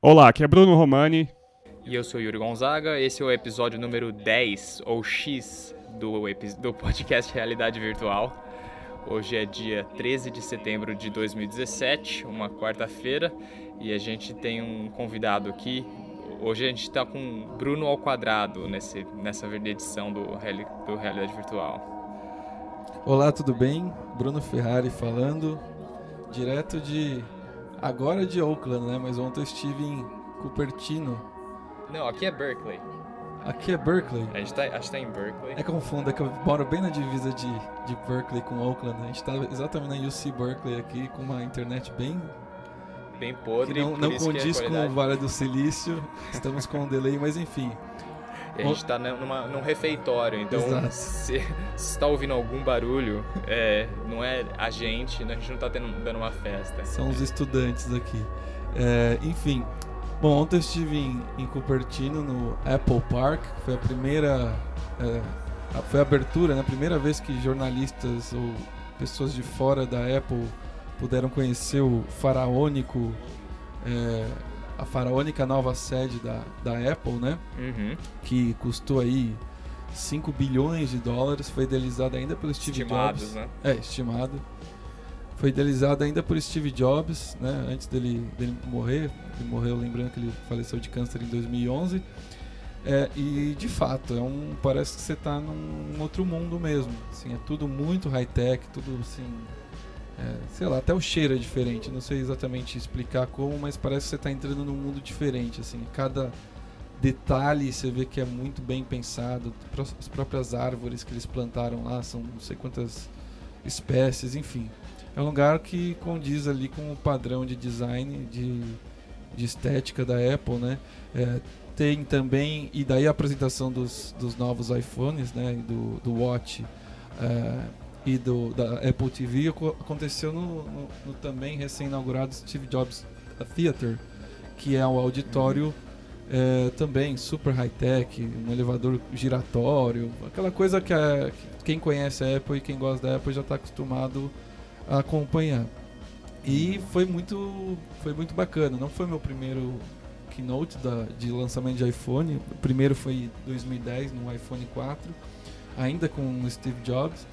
Olá, aqui é Bruno Romani. E eu sou Yuri Gonzaga, esse é o episódio número 10, ou X, do podcast Realidade Virtual. Hoje é dia 13 de setembro de 2017, uma quarta-feira, e a gente tem um convidado aqui. Hoje a gente está com Bruno ao quadrado nessa edição do Realidade Virtual. Olá, tudo bem? Bruno Ferrari falando, direto agora de Oakland, né? Mas ontem eu estive em Cupertino. Não, aqui é Berkeley. Aqui é Berkeley? A gente tá em Berkeley. Confundo, é que eu moro bem na divisa de Berkeley com Oakland. A gente tá exatamente na UC Berkeley aqui, com uma internet bem podre. Que não condiz com o Vale do Silício. Estamos com um delay, mas enfim. E a gente está num refeitório, então se está ouvindo algum barulho, não é a gente não está dando uma festa. São os estudantes aqui. Enfim, bom, ontem eu estive em Cupertino, no Apple Park, foi a primeira, foi a abertura, né? A primeira vez que jornalistas ou pessoas de fora da Apple puderam conhecer o faraônico... a faraônica nova sede da Apple, né? Uhum. Que custou aí 5 bilhões de dólares, foi idealizada ainda pelo Steve Jobs. Né? Estimado. Foi idealizada ainda por Steve Jobs, né? Antes dele morrer. Ele morreu, lembrando que ele faleceu de câncer em 2011. E de fato, parece que você está num outro mundo mesmo. Assim, é tudo muito high-tech, tudo assim... sei lá, até o cheiro é diferente, não sei exatamente explicar como, mas parece que você está entrando num mundo diferente, assim, cada detalhe você vê que é muito bem pensado, as próprias árvores que eles plantaram lá são não sei quantas espécies, enfim, é um lugar que condiz ali com o padrão de design, de estética da Apple, né? Tem também, e daí a apresentação dos novos iPhones, né, do Watch, e da Apple TV aconteceu no também recém-inaugurado Steve Jobs Theater, que é um auditório também super high-tech, um elevador giratório, aquela coisa que quem conhece a Apple e quem gosta da Apple já está acostumado a acompanhar. E foi muito bacana. Não foi meu primeiro keynote de lançamento de iPhone, o primeiro foi em 2010 no iPhone 4, ainda com o Steve Jobs.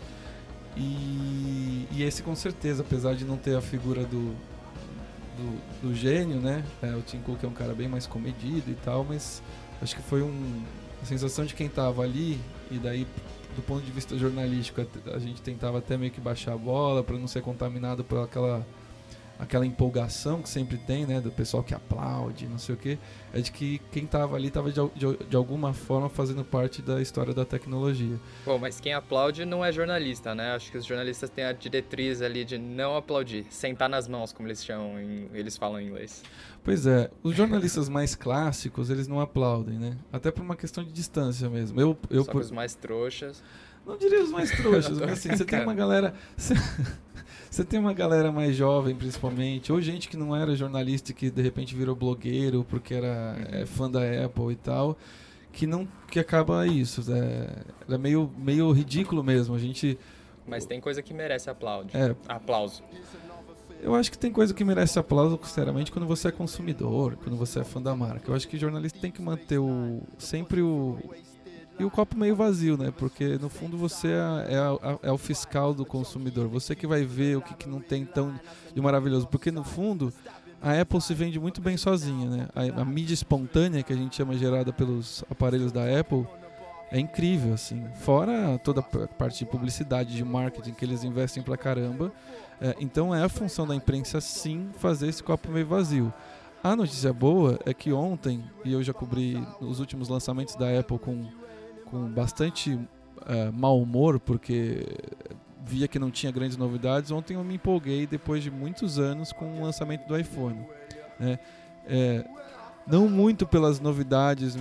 E esse com certeza, apesar de não ter a figura do gênio, né? O Tim Cook é um cara bem mais comedido e tal, mas acho que foi a sensação de quem estava ali, e daí do ponto de vista jornalístico a gente tentava até meio que baixar a bola para não ser contaminado por aquela empolgação que sempre tem, né, do pessoal que aplaude, não sei o que, é de que quem estava ali estava de alguma forma fazendo parte da história da tecnologia. Bom, mas quem aplaude não é jornalista, né? Acho que os jornalistas têm a diretriz ali de não aplaudir, sentar nas mãos, como eles chamam, eles falam em inglês. Pois é, os jornalistas mais clássicos, eles não aplaudem, né? Até por uma questão de distância mesmo. Só que os mais trouxas... Não diria os mais trouxas, mas assim, você tem uma galera... Você tem uma galera mais jovem, principalmente, ou gente que não era jornalista e que de repente virou blogueiro porque era fã da Apple e tal, que acaba isso. É meio ridículo mesmo. Mas tem coisa que merece aplauso. Eu acho que tem coisa que merece aplauso, sinceramente, quando você é consumidor, quando você é fã da marca. Eu acho que o jornalista tem que manter sempre o copo meio vazio, né? Porque no fundo você é o fiscal do consumidor. Você que vai ver o que não tem tão de maravilhoso. Porque no fundo a Apple se vende muito bem sozinha, né? A mídia espontânea que a gente chama gerada pelos aparelhos da Apple é incrível, assim. Fora toda a parte de publicidade, de marketing que eles investem pra caramba. Então é a função da imprensa, sim, fazer esse copo meio vazio. A notícia boa é que ontem, e eu já cobri os últimos lançamentos da Apple com bastante mau humor, porque via que não tinha grandes novidades. Ontem eu me empolguei depois de muitos anos com o lançamento do iPhone, né? Não muito pelas novidades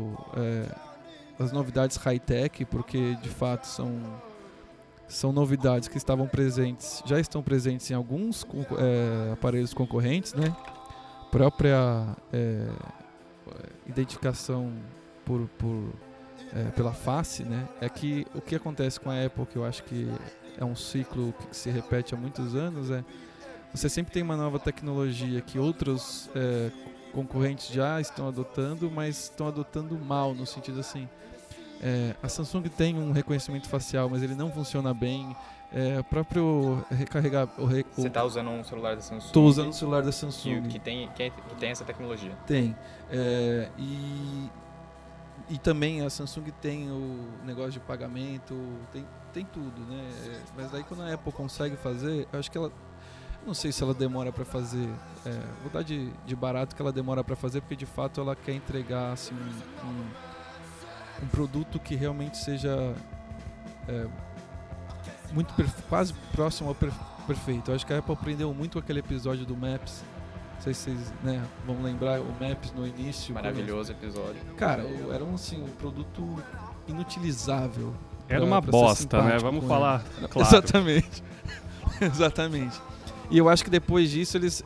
as novidades high-tech, porque de fato são novidades que já estão presentes em alguns aparelhos concorrentes, né? Própria identificação pela face, né? É que o que acontece com a Apple, que eu acho que é um ciclo que se repete há muitos anos, você sempre tem uma nova tecnologia que outros concorrentes já estão adotando, mas estão adotando mal, no sentido assim, a Samsung tem um reconhecimento facial, mas ele não funciona bem. O próprio recarregar... Você está usando um celular da Samsung? Estou usando o celular da Samsung. Que tem essa tecnologia. Tem. E também a Samsung tem o negócio de pagamento, tem tudo, né? Mas daí quando a Apple consegue fazer, eu acho que ela... Não sei se ela demora para fazer, vou dar de barato que ela demora para fazer, porque de fato ela quer entregar assim, um produto que realmente seja muito quase próximo ao perfeito. Eu acho que a Apple aprendeu muito com aquele episódio do Maps. Não sei se vocês vão lembrar, o Maps no início. Maravilhoso episódio. Cara, era um produto inutilizável. Era uma bosta, né? Vamos falar claro. Exatamente. Exatamente. E eu acho que depois disso eles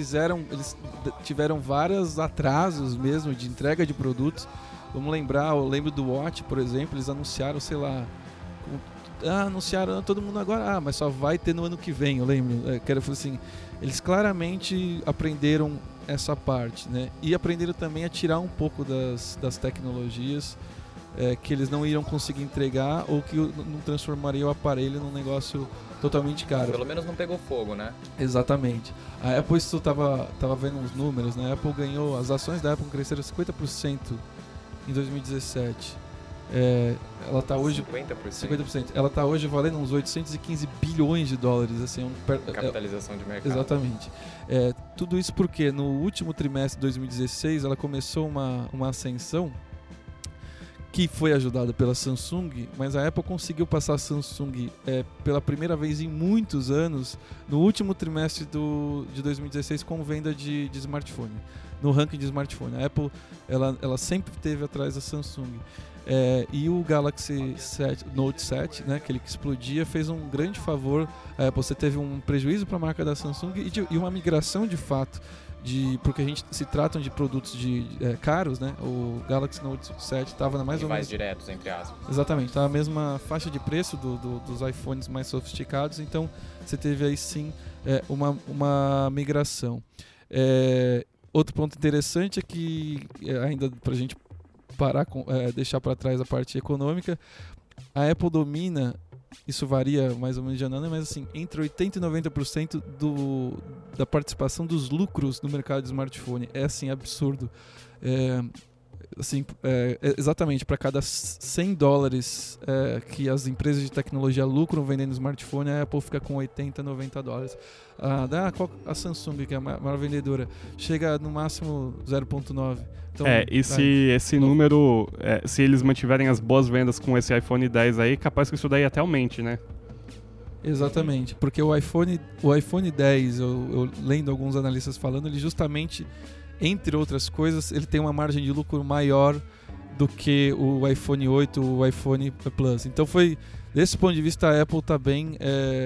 tiveram vários atrasos mesmo de entrega de produtos. Vamos lembrar, eu lembro do Watch, por exemplo, eles anunciaram, sei lá, anunciaram todo mundo agora, mas só vai ter no ano que vem, eu lembro. Que era assim, eles claramente aprenderam essa parte, né? E aprenderam também a tirar um pouco das tecnologias que eles não iriam conseguir entregar ou que não transformaria o aparelho num negócio totalmente caro. Pelo menos não pegou fogo, né? Exatamente. A Apple, isso tava vendo uns números, né? A Apple ganhou, as ações da Apple cresceram 50% em 2017. Ela está hoje 50%. Ela está hoje valendo uns 815 bilhões de dólares, assim, capitalização de mercado. Exatamente. Tudo isso porque no último trimestre de 2016 ela começou uma ascensão que foi ajudada pela Samsung, mas a Apple conseguiu passar a Samsung pela primeira vez em muitos anos no último trimestre de 2016 com venda de smartphone, no ranking de smartphone. A Apple ela sempre esteve atrás da Samsung. E o Galaxy Note 7, né, aquele que explodia, fez um grande favor. Você teve um prejuízo para a marca da Samsung e uma migração de fato, porque a gente se tratam de produtos caros, né? O Galaxy Note 7 estava na mais ou menos diretos, entre aspas. Exatamente, estava na mesma faixa de preço dos iPhones mais sofisticados, então você teve aí sim uma migração. Outro ponto interessante é que, ainda para a gente deixar para trás a parte econômica, a Apple domina, isso varia mais ou menos de ano, mas assim, entre 80% e 90% da participação dos lucros no mercado de smartphone. É assim, absurdo. Exatamente, para cada $100 que as empresas de tecnologia lucram vendendo smartphone, a Apple fica com 80, 90 dólares. A Samsung, que é a maior vendedora, chega no máximo 0,9. Então, se esse número, se eles mantiverem as boas vendas com esse iPhone 10 aí, capaz que isso daí até aumente, né? Exatamente, porque o iPhone 10, eu lendo alguns analistas falando, ele justamente, entre outras coisas, ele tem uma margem de lucro maior do que o iPhone 8, o iPhone Plus. Então desse ponto de vista, a Apple está bem,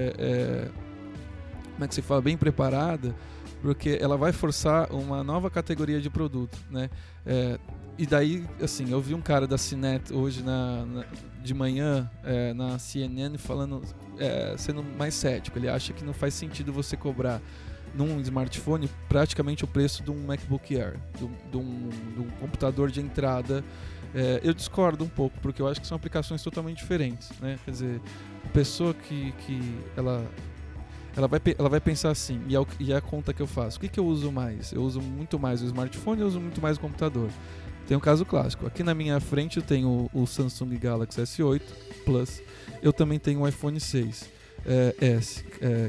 como é que se fala, bem preparada, porque ela vai forçar uma nova categoria de produto, né? E daí, assim, eu vi um cara da CNET hoje de manhã na CNN falando, sendo mais cético. Ele acha que não faz sentido você cobrar num smartphone praticamente o preço de um MacBook Air, de um computador de entrada. Eu discordo um pouco, porque eu acho que são aplicações totalmente diferentes, né? Quer dizer, a pessoa que ela vai pensar assim, e é a conta que eu faço. O que eu uso mais? Eu uso muito mais o smartphone, eu uso muito mais o computador. Tem um caso clássico. Aqui na minha frente eu tenho o Samsung Galaxy S8 Plus. Eu também tenho um iPhone 6 S,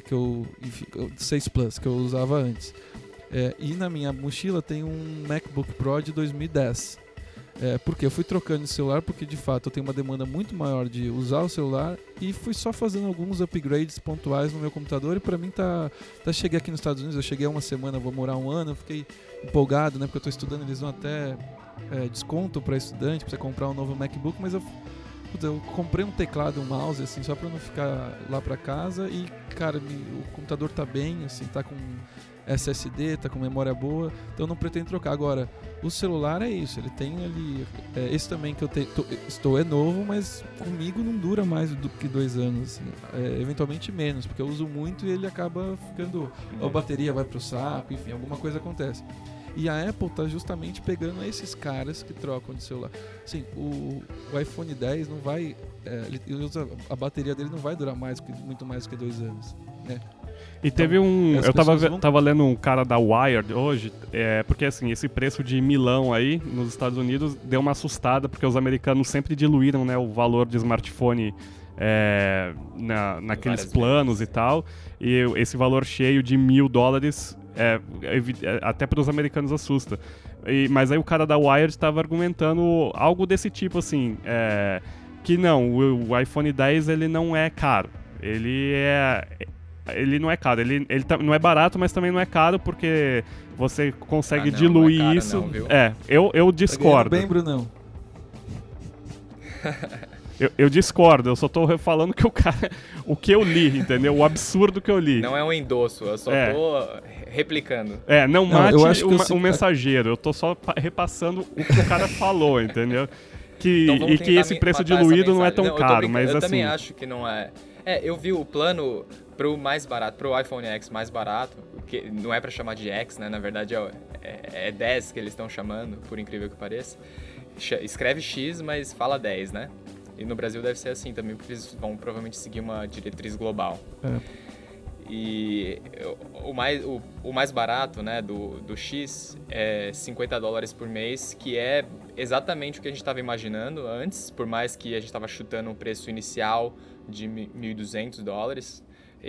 6 Plus, que eu usava antes. E na minha mochila tem um MacBook Pro de 2010. Porque eu fui trocando de celular, porque de fato eu tenho uma demanda muito maior de usar o celular e fui só fazendo alguns upgrades pontuais no meu computador. E pra mim cheguei aqui nos Estados Unidos, eu cheguei há uma semana, vou morar um ano, eu fiquei empolgado, né, porque eu tô estudando, eles dão até desconto para estudante, pra você comprar um novo MacBook, mas eu comprei um teclado e um mouse, assim, só pra não ficar lá pra casa. E cara, o computador tá bem, assim, tá com SSD, tá com memória boa, então eu não pretendo trocar. Agora, o celular é isso, ele tem ali, esse também que eu estou é novo, mas comigo não dura mais do que 2 anos, assim, eventualmente menos, porque eu uso muito e ele acaba ficando, a bateria vai pro saco, enfim, alguma coisa acontece. E a Apple tá justamente pegando esses caras que trocam de celular. Assim, o iPhone X não vai... a bateria dele não vai durar muito mais que 2 anos, né? E teve eu tava lendo um cara da Wired hoje, porque assim, esse preço de milão aí nos Estados Unidos deu uma assustada, porque os americanos sempre diluíram, né, o valor de smartphone naqueles planos e tal, e esse valor cheio de $1.000 até para os americanos assusta. Mas aí o cara da Wired estava argumentando algo desse tipo, assim, que não, o iPhone X ele não é caro, ele não é caro, ele não é barato, mas também não é caro, porque você consegue diluir não é caro, isso. Não, viu? Eu discordo. Tá bem, Brunão. Eu discordo, eu só tô falando que o que eu li, entendeu? O absurdo que eu li. Não é um endosso, eu só tô replicando. Não mate o mensageiro, eu tô só repassando o que o cara falou, entendeu? Então e que esse preço diluído não é tão caro, mas eu assim... também acho que não é. Eu vi o plano pro mais barato, pro iPhone X mais barato, que não é pra chamar de X, né? Na verdade é 10 que eles estão chamando, por incrível que pareça. Escreve X, mas fala 10, né? E no Brasil deve ser assim também, porque eles vão provavelmente seguir uma diretriz global. E o mais barato, né, do X é $50 por mês, que é exatamente o que a gente estava imaginando antes, por mais que a gente estava chutando um preço inicial de $1.200.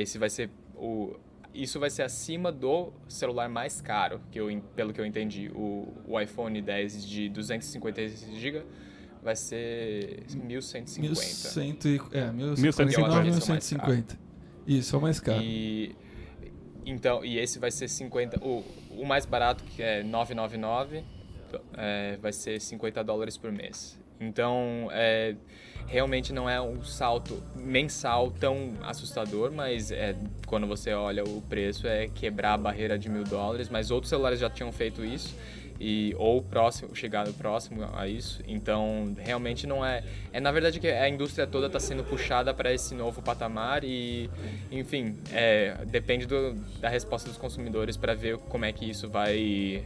Isso vai ser acima do celular mais caro, pelo que eu entendi. O iPhone X de 256GB vai ser 1.150. 1.150. Isso, é o mais caro. E esse vai ser 50. O mais barato, que é $999, vai ser $50 por mês. Então, realmente não é um salto mensal tão assustador, mas quando você olha o preço, quebrar a barreira de $1.000, mas outros celulares já tinham feito isso. Ou chegado próximo a isso. Então, realmente não é... Na verdade, que a indústria toda está sendo puxada para esse novo patamar e, enfim, depende da resposta dos consumidores para ver como é que isso vai...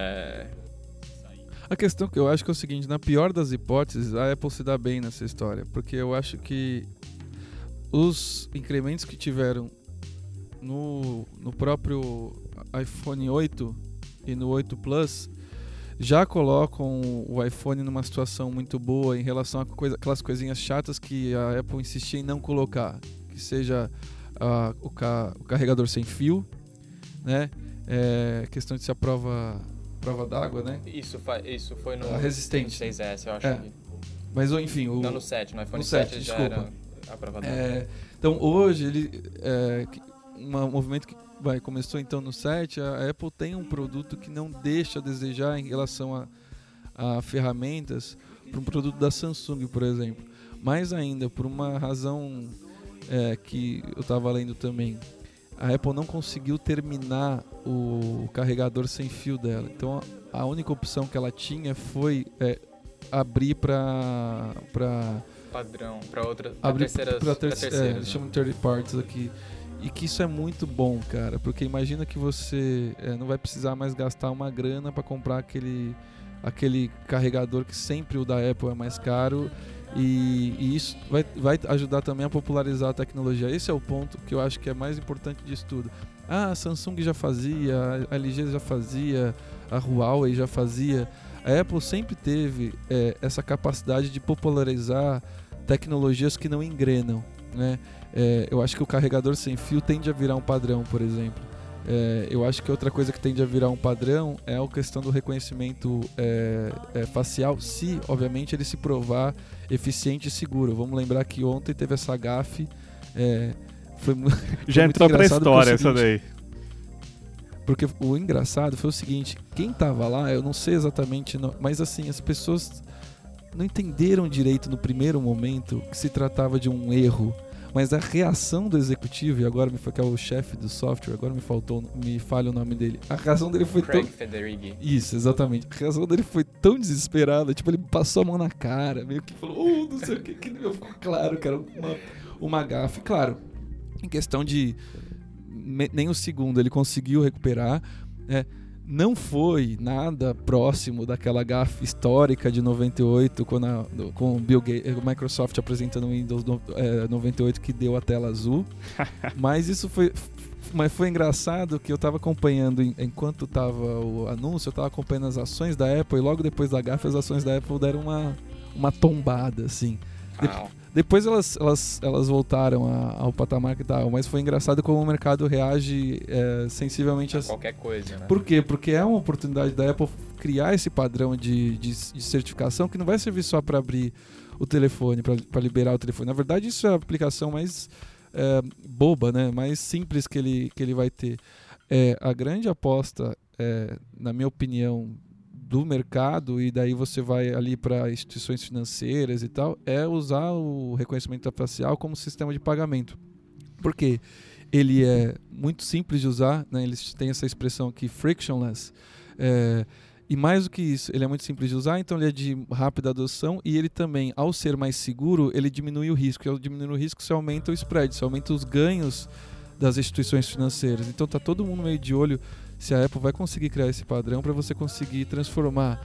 A questão que eu acho que é o seguinte, na pior das hipóteses, a Apple se dá bem nessa história, porque eu acho que os incrementos que tiveram no próprio iPhone 8 e no 8 Plus já colocam o iPhone numa situação muito boa em relação a aquelas coisinhas chatas que a Apple insistia em não colocar, que seja o carregador sem fio, né? Questão de ser a prova d'água, né? Isso foi no resistente 6S, eu acho. Mas enfim, não, no 7, no iPhone no 7 já desculpa. era a prova d'água. Então hoje um movimento que começou então no 7, a Apple tem um produto que não deixa a desejar em relação a ferramentas para um produto da Samsung, por exemplo. Mais ainda, por uma razão que eu estava lendo também, a Apple não conseguiu terminar o carregador sem fio dela. Então a única opção que ela tinha foi abrir para padrão, para outra, abrir para terceiros. Eles chamam de third parties aqui. E que isso é muito bom, cara, porque imagina que você não vai precisar mais gastar uma grana para comprar aquele carregador que sempre o da Apple é mais caro, e isso vai ajudar também a popularizar a tecnologia. Esse é o ponto que eu acho que é mais importante disso tudo. A Samsung já fazia, a LG já fazia, a Huawei já fazia. A Apple sempre teve essa capacidade de popularizar tecnologias que não engrenam, né? Eu acho que o carregador sem fio tende a virar um padrão, por exemplo. Eu acho que outra coisa que tende a virar um padrão é a questão do reconhecimento facial, se, obviamente, ele se provar eficiente e seguro. Vamos lembrar que ontem teve essa gafe. Já entrou pra história essa daí. Porque o engraçado foi o seguinte, quem tava lá, eu não sei exatamente, mas assim, as pessoas não entenderam direito no primeiro momento que se tratava de um erro. Mas a reação do executivo, e agora que é o chefe do software, agora me falha o nome dele. A reação dele foi Craig Federighi. Isso, exatamente. A reação dele foi tão desesperada, tipo, ele passou a mão na cara, meio que falou, não sei o que não ficou claro que era uma gafe. Claro, em questão de nem um segundo ele conseguiu recuperar, não foi nada próximo daquela gafe histórica de 98, com o Bill Gates, o Microsoft apresentando o Windows 98 que deu a tela azul. Mas isso foi engraçado que eu estava acompanhando, enquanto estava o anúncio, eu estava acompanhando as ações da Apple, e logo depois da gafe as ações da Apple deram uma tombada, assim. Depois elas voltaram ao patamar que estavam, mas foi engraçado como o mercado reage sensivelmente a qualquer coisa, né? Por quê? Porque é uma oportunidade da Apple criar esse padrão de certificação que não vai servir só para abrir o telefone, para liberar o telefone. Na verdade, isso é a aplicação mais boba, né? Mais simples que ele vai ter. A grande aposta, na minha opinião, do mercado, e daí você vai ali para instituições financeiras e tal, é usar o reconhecimento facial como sistema de pagamento. Por quê? Ele é muito simples de usar, né? Eles têm essa expressão aqui, frictionless, e mais do que isso, ele é muito simples de usar, então ele é de rápida adoção, e ele também, ao ser mais seguro, ele diminui o risco, e ao diminuir o risco você aumenta o spread, você aumenta os ganhos das instituições financeiras. Então tá todo mundo meio de olho se a Apple vai conseguir criar esse padrão para você conseguir transformar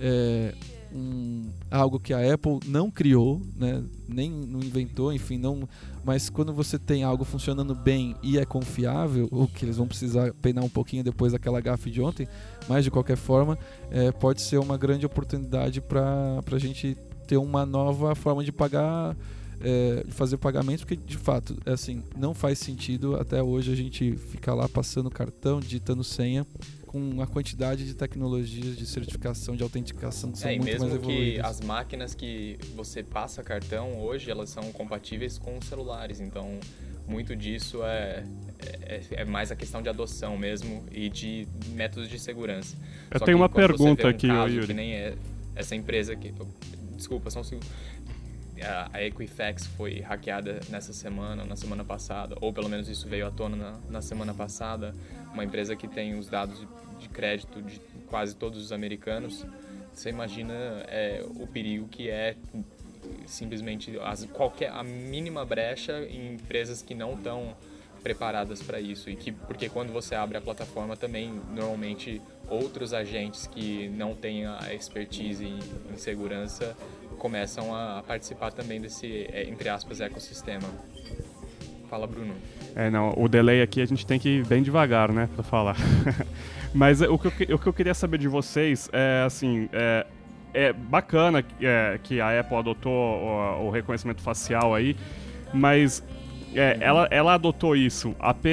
algo que a Apple não criou, né? Nem não inventou, enfim, mas quando você tem algo funcionando bem e é confiável, o que eles vão precisar penar um pouquinho depois daquela gafe de ontem, mas de qualquer forma pode ser uma grande oportunidade para a gente ter uma nova forma de pagar, de fazer pagamentos, porque de fato assim, não faz sentido até hoje a gente ficar lá passando cartão, digitando senha, com a quantidade de tecnologias de certificação, de autenticação que são muito mais evoluídas. Mesmo que as máquinas que você passa cartão hoje, elas são compatíveis com os celulares, então muito disso é mais a questão de adoção mesmo e de métodos de segurança. Eu tenho uma pergunta aqui, Yuri. Que nem essa empresa aqui. Desculpa, só um segundo. A Equifax foi hackeada na semana passada, ou pelo menos isso veio à tona na semana passada. Uma empresa que tem os dados de crédito de quase todos os americanos. Você imagina o perigo que é simplesmente a mínima brecha em empresas que não estão preparadas para isso, porque quando você abre a plataforma também, normalmente outros agentes que não têm a expertise em segurança começam a participar também desse, entre aspas, ecossistema. Fala, Bruno. Não, o delay aqui a gente tem que ir bem devagar, né, para falar. Mas o que eu queria saber de vocês é, assim, é bacana que a Apple adotou o reconhecimento facial aí, mas ela adotou isso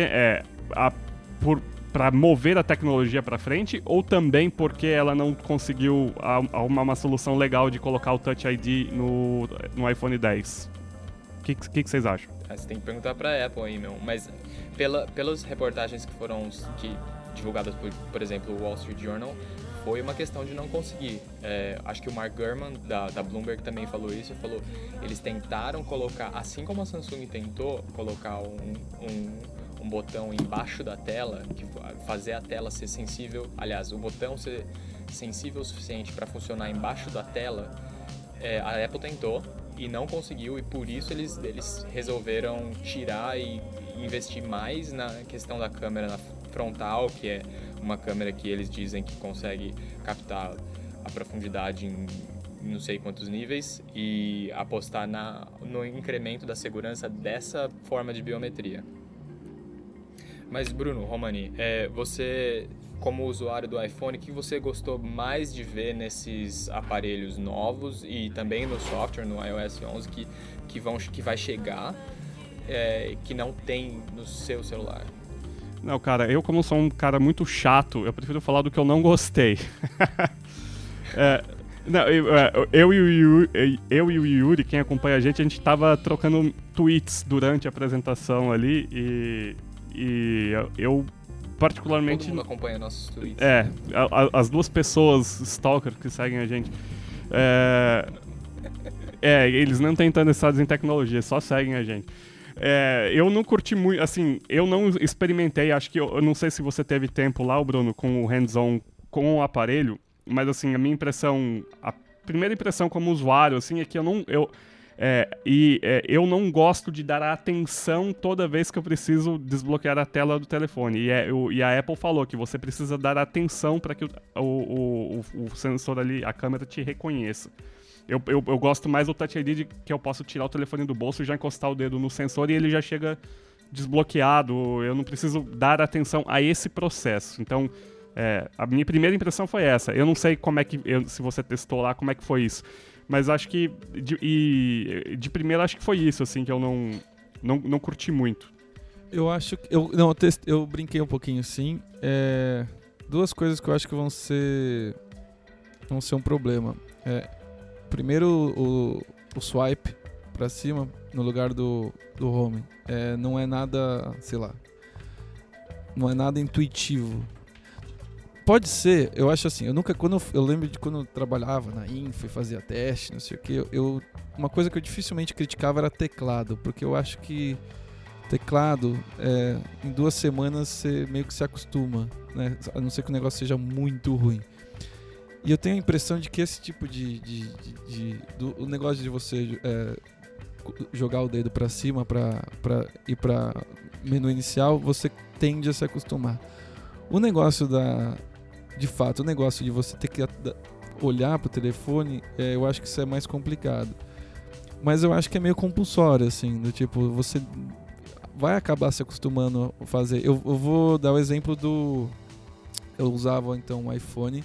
para mover a tecnologia para frente, ou também porque ela não conseguiu arrumar uma solução legal de colocar o Touch ID no iPhone X? O que vocês acham? Você tem que perguntar para a Apple aí, meu. Mas pelas reportagens que foram divulgadas por exemplo, o Wall Street Journal, foi uma questão de não conseguir. Acho que o Mark Gurman, da Bloomberg, também falou isso. Eles tentaram colocar, assim como a Samsung tentou colocar um botão embaixo da tela, que fazer a tela ser sensível, aliás, o botão ser sensível o suficiente para funcionar embaixo da tela, a Apple tentou e não conseguiu, e por isso eles resolveram tirar e investir mais na questão da câmera frontal, que é uma câmera que eles dizem que consegue captar a profundidade em não sei quantos níveis, e apostar no incremento da segurança dessa forma de biometria. Mas Bruno, Romani, você como usuário do iPhone, o que você gostou mais de ver nesses aparelhos novos e também no software, no iOS 11, que vai chegar, que não tem no seu celular? Não, cara, eu como sou um cara muito chato, eu prefiro falar do que eu não gostei. Não, eu e o Yuri, quem acompanha a gente tava trocando tweets durante a apresentação ali, e eu particularmente... Todo mundo acompanha nossos tweets. As duas pessoas stalker que seguem a gente, eles não têm interessados em tecnologia, só seguem a gente. Eu não curti muito, assim, eu não experimentei, acho que eu não sei se você teve tempo lá, Bruno, com o hands-on com o aparelho, mas assim, a minha impressão, a primeira impressão como usuário, assim, é que Eu não gosto de dar atenção toda vez que eu preciso desbloquear a tela do telefone. E a Apple falou que você precisa dar atenção para que o sensor ali, a câmera, te reconheça. Eu gosto mais do Touch ID, que eu posso tirar o telefone do bolso e já encostar o dedo no sensor e ele já chega desbloqueado. Eu não preciso dar atenção a esse processo. Então, a minha primeira impressão foi essa. Eu não sei se você testou lá, como é que foi isso. Mas acho que, de primeira, acho que foi isso, assim, que eu não curti muito. Eu acho que... Eu brinquei um pouquinho, sim. Duas coisas que eu acho que vão ser um problema. Primeiro, o swipe pra cima, no lugar do home. Não é nada, sei lá... Não é nada intuitivo. Pode ser, eu acho assim, eu lembro de quando eu trabalhava na Info e fazia teste, não sei o que, uma coisa que eu dificilmente criticava era teclado, porque eu acho que teclado, em 2 semanas você meio que se acostuma, né? A não ser que o negócio seja muito ruim. E eu tenho a impressão de que esse tipo o negócio de você jogar o dedo pra cima pra ir pra menu inicial, você tende a se acostumar. O negócio de negócio de você ter que olhar pro telefone, eu acho que isso é mais complicado. Mas eu acho que é meio compulsório, assim, do tipo, você vai acabar se acostumando a fazer. Eu vou dar o exemplo eu usava então um iPhone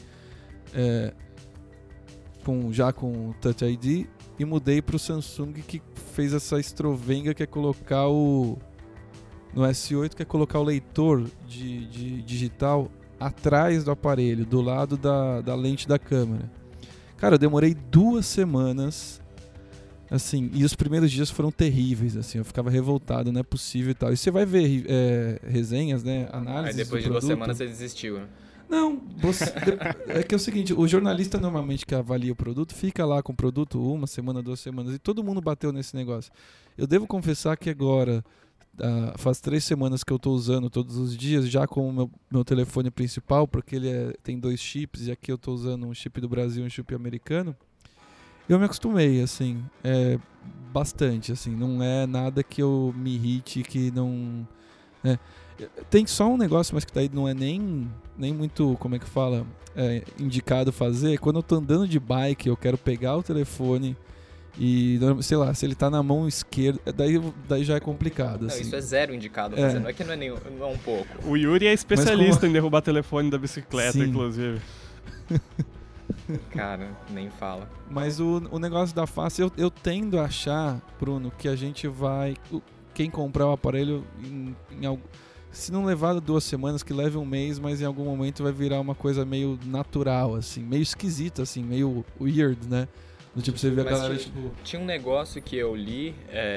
já com Touch ID e mudei pro Samsung, que fez essa estrovenga, que é colocar no S8, que é colocar o leitor de digital atrás do aparelho, do lado da lente da câmera. Cara, eu demorei 2 semanas, assim, e os primeiros dias foram terríveis, assim, eu ficava revoltado, não é possível e tal. E você vai ver resenhas, né, análises. Aí depois de 2 semanas você desistiu, né? Não, é que é o seguinte, o jornalista normalmente que avalia o produto fica lá com o produto 1 semana, 2 semanas, e todo mundo bateu nesse negócio. Eu devo confessar que agora, faz 3 semanas que eu estou usando todos os dias, já com o meu telefone principal, porque ele tem 2 chips, e aqui eu estou usando um chip do Brasil e um chip americano. Eu me acostumei, assim, bastante, assim, não é nada que eu me irrite, que não... Tem só um negócio, mas que daí não é nem muito, como é que fala, indicado fazer. Quando eu tô andando de bike, eu quero pegar o telefone e, sei lá, se ele tá na mão esquerda, daí já é complicado. Não, assim. Isso é zero indicado fazer, não é que não é um pouco. O Yuri é especialista em derrubar telefone da bicicleta, sim, inclusive. Cara, nem fala. Mas o negócio da face, eu tendo a achar, Bruno, que a gente vai... Quem comprar o aparelho se não levar 2 semanas, que leve 1 mês, mas em algum momento vai virar uma coisa meio natural, assim, meio esquisita, assim, meio weird, né? Do tipo, você vê a galera, Tinha um negócio que eu li,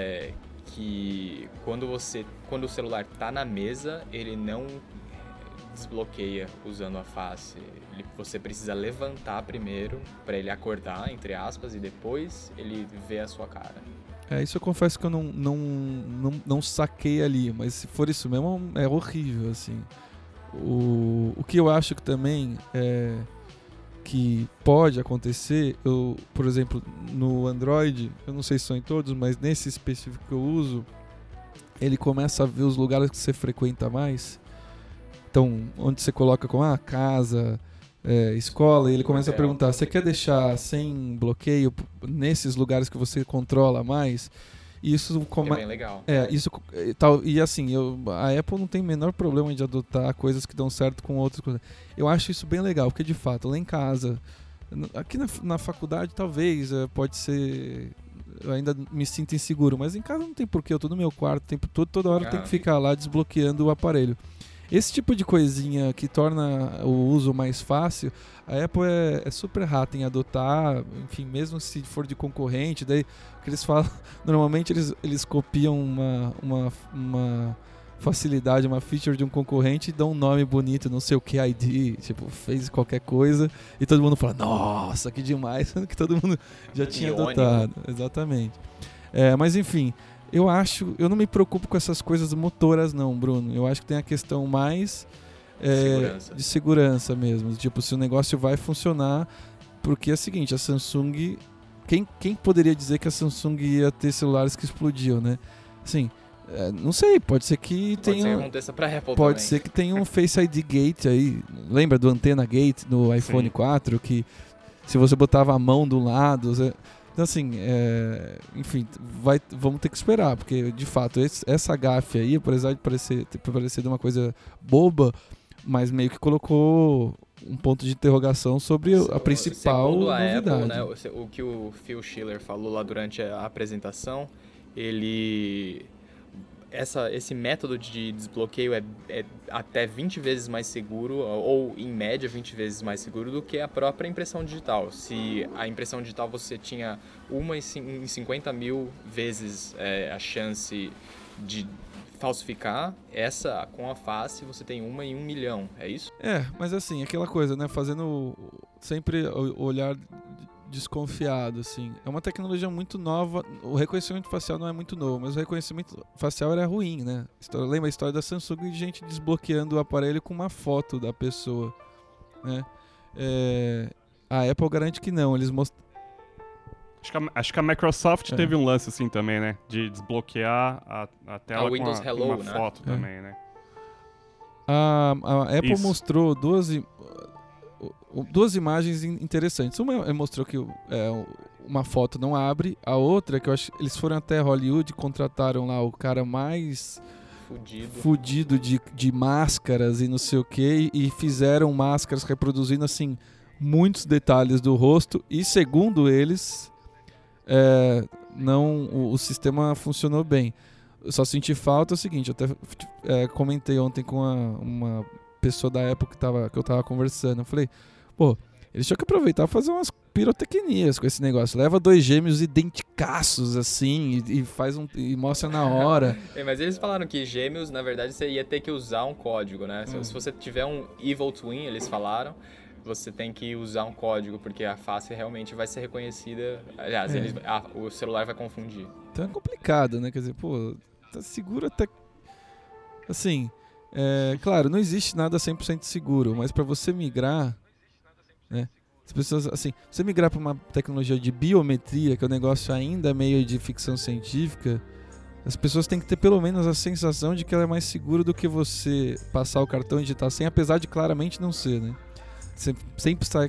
que quando o celular tá na mesa, ele não desbloqueia usando a face. Você precisa levantar primeiro para ele acordar, entre aspas, e depois ele vê a sua cara. Isso eu confesso que eu não saquei ali, mas se for isso mesmo, é horrível, assim. O que eu acho que também que pode acontecer, por exemplo, no Android, eu não sei se são em todos, mas nesse específico que eu uso, ele começa a ver os lugares que você frequenta mais. Então, onde você coloca como casa... escola, e ele começa a perguntar: você quer deixar sem bloqueio nesses lugares que você controla mais? Isso é bem legal. Isso tal, e assim, a Apple não tem o menor problema de adotar coisas que dão certo com outras coisas. Eu acho isso bem legal, porque de fato, lá em casa, aqui na faculdade talvez pode ser, eu ainda me sinto inseguro, mas em casa não tem porquê, eu tô no meu quarto o tempo todo, toda hora eu tenho que ficar lá desbloqueando o aparelho. Esse tipo de coisinha que torna o uso mais fácil, a Apple é super rata em adotar, enfim, mesmo se for de concorrente, daí o que eles falam, normalmente eles copiam uma facilidade, uma feature de um concorrente e dão um nome bonito, não sei o que, ID, tipo, fez qualquer coisa e todo mundo fala, nossa, que demais, sendo que todo mundo já tinha adotado. Exatamente. Mas enfim... Eu não me preocupo com essas coisas motoras não, Bruno. Eu acho que tem a questão mais de segurança mesmo. Tipo, se o negócio vai funcionar, porque é o seguinte, a Samsung quem poderia dizer que a Samsung ia ter celulares que explodiam, né? Assim, não sei, pode ser que tenha... Pode ser que aconteça pra Apple Pode também. ser que tenha um Face ID Gate aí. Lembra do Antenna Gate no iPhone Sim. 4? Que se você botava a mão do lado... Então, assim, enfim, vamos ter que esperar, porque, de fato, essa gafe aí, apesar de parecer de uma coisa boba, mas meio que colocou um ponto de interrogação sobre a principal Segundo a novidade. Apple, né, o que o Phil Schiller falou lá durante a apresentação, esse método de desbloqueio é até 20 vezes mais seguro, ou em média 20 vezes mais seguro do que a própria impressão digital. Se a impressão digital você tinha uma em 50 mil vezes a chance de falsificar, essa com a face você tem uma em 1 milhão, é isso? Mas assim, aquela coisa, né, fazendo sempre o olhar desconfiado, assim. É uma tecnologia muito nova. O reconhecimento facial não é muito novo, mas o reconhecimento facial era ruim, né? Lembra a história da Samsung de gente desbloqueando o aparelho com uma foto da pessoa, né? A Apple garante que não. Eles mostraram... Acho que a Microsoft teve um lance assim também, né? De desbloquear a tela com Windows Hello, uma né? foto também, né? A Apple Isso. mostrou duas imagens interessantes. Uma mostrou que uma foto não abre, a outra que eu acho que eles foram até Hollywood e contrataram lá o cara mais fudido de máscaras e não sei o que, e fizeram máscaras reproduzindo assim muitos detalhes do rosto, e segundo eles o sistema funcionou bem. Eu só senti falta o seguinte, eu até comentei ontem com uma pessoa da Apple que eu tava conversando. Eu falei, eles tinham que aproveitar e fazer umas pirotecnias com esse negócio. Leva 2 gêmeos identicaços, assim, e mostra na hora. Mas eles falaram que gêmeos, na verdade, você ia ter que usar um código, né? Se você tiver um Evil Twin, eles falaram, você tem que usar um código, porque a face realmente vai ser reconhecida. Aliás, o celular vai confundir. Então é complicado, né? Quer dizer, tá seguro até... Assim... claro, não existe nada 100% seguro, mas para você migrar, né, as pessoas, assim, você migrar para uma tecnologia de biometria, que é um negócio ainda meio de ficção científica, as pessoas têm que ter pelo menos a sensação de que ela é mais segura do que você passar o cartão e digitar sem, apesar de claramente não ser, né? Sempre sai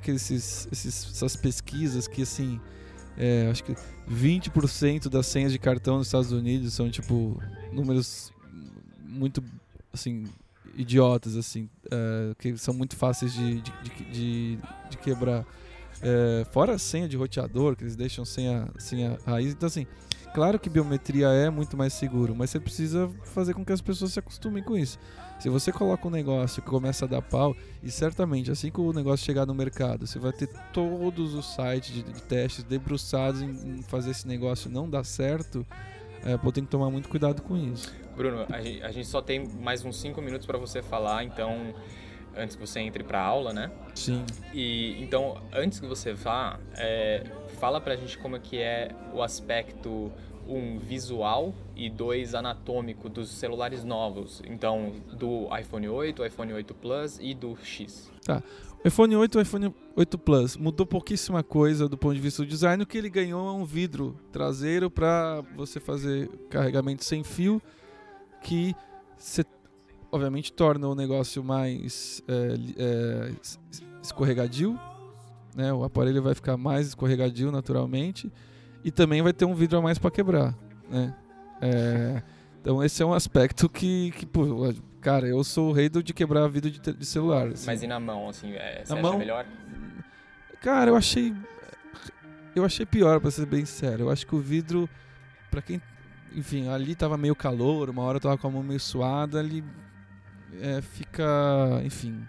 essas pesquisas que, assim, acho que 20% das senhas de cartão nos Estados Unidos são, tipo, números muito... assim, idiotas, assim, que são muito fáceis de quebrar. Fora a senha de roteador, que eles deixam sem a raiz. Então, assim, claro que biometria é muito mais seguro, mas você precisa fazer com que as pessoas se acostumem com isso. Se você coloca um negócio que começa a dar pau, e certamente, assim que o negócio chegar no mercado, você vai ter todos os sites de testes debruçados em fazer esse negócio não dar certo, tem que tomar muito cuidado com isso. Bruno, a gente só tem mais uns 5 minutos para você falar, então, antes que você entre para a aula, né? Sim. E então, antes que você vá, fala pra gente como é que é o aspecto, visual e 2, anatômico dos celulares novos. Então, do iPhone 8, iPhone 8 Plus e do X. Tá. O iPhone 8 e o iPhone 8 Plus mudou pouquíssima coisa do ponto de vista do design. O que ele ganhou é um vidro traseiro para você fazer carregamento sem fio, que obviamente torna o negócio mais escorregadio, né? O aparelho vai ficar mais escorregadio naturalmente, e também vai ter um vidro a mais para quebrar, né? Então esse é um aspecto que cara, eu sou o rei de quebrar vidro de celular. Assim. Mas e na mão, assim, você acha melhor? Cara, eu achei pior, pra ser bem sério. Eu acho que o vidro, pra quem... Enfim, ali tava meio calor, uma hora eu tava com a mão meio suada, ali fica... Enfim...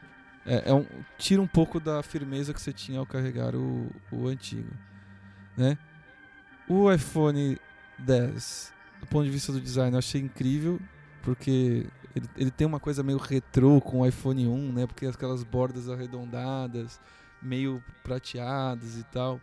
tira um pouco da firmeza que você tinha ao carregar o antigo, né? O iPhone X, do ponto de vista do design, eu achei incrível, porque ele tem uma coisa meio retrô com o iPhone 1, né? Porque aquelas bordas arredondadas, meio prateadas e tal.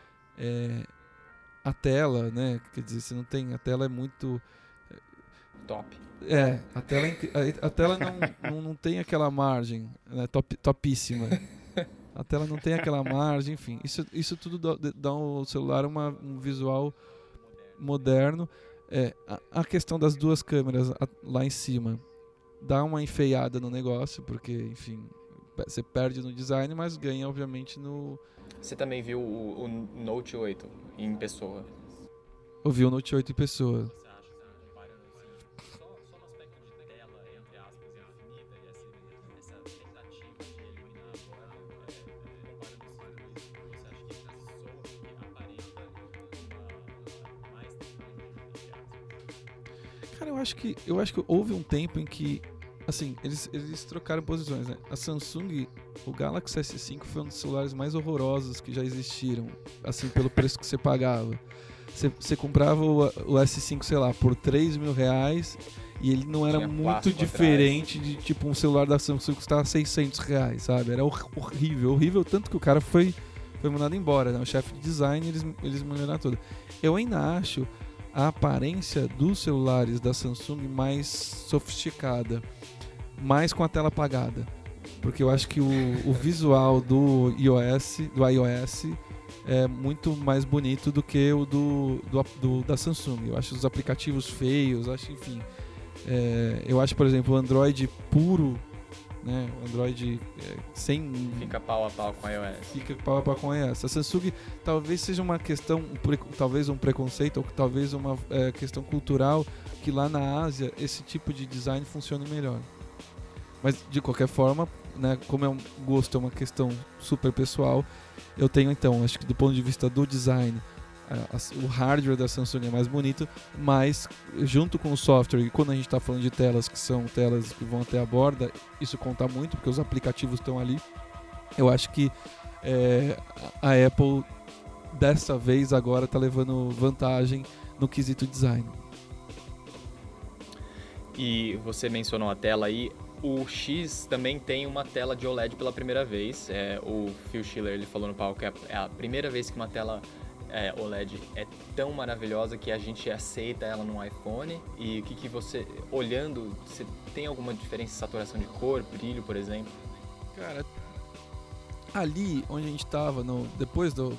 A tela, né? Quer dizer, você não tem... A tela é muito... Top. A tela não tem aquela margem, né? Topíssima. A tela não tem aquela margem, enfim. Isso tudo dá ao celular um visual moderno. A questão das duas câmeras lá em cima dá uma enfeiada no negócio, porque, enfim, você perde no design, mas ganha, obviamente, no... Você também viu o Note 8 em pessoa? Eu vi o Note 8 em pessoa. Cara, eu acho que houve um tempo em que, assim, eles trocaram posições, né? A Samsung, o Galaxy S5 foi um dos celulares mais horrorosos que já existiram, assim, pelo preço que você pagava. Você comprava o S5, sei lá, por R$3.000 e ele não era muito diferente de, tipo, um celular da Samsung que custava R$600, sabe? Era horrível, tanto que o cara foi mandado embora, né? O chefe de design, eles melhoraram tudo. Eu ainda acho a aparência dos celulares da Samsung mais sofisticada, mais com a tela apagada, porque eu acho que o visual do iOS é muito mais bonito do que o da Samsung. Eu acho os aplicativos feios, enfim. Eu acho, por exemplo, o Android puro, né? O Android sem... Fica pau a pau com a iOS. Fica pau a pau com a iOS. A Samsung talvez seja uma questão, talvez um preconceito, ou talvez uma questão cultural, que lá na Ásia esse tipo de design funciona melhor. Mas, de qualquer forma, né, como é um gosto, é uma questão super pessoal, eu tenho, então, acho que do ponto de vista do design, o hardware da Samsung é mais bonito, mas junto com o software, e quando a gente está falando de telas que são telas que vão até a borda, isso conta muito, porque os aplicativos estão ali. Eu acho que a Apple, dessa vez, agora está levando vantagem no quesito design. E você mencionou a tela aí. O X também tem uma tela de OLED pela primeira vez. O Phil Schiller, ele falou no palco que é a primeira vez que uma tela OLED é tão maravilhosa que a gente aceita ela no iPhone. E o que você, olhando, você tem alguma diferença em saturação de cor, brilho, por exemplo? Cara, ali onde a gente estava, depois no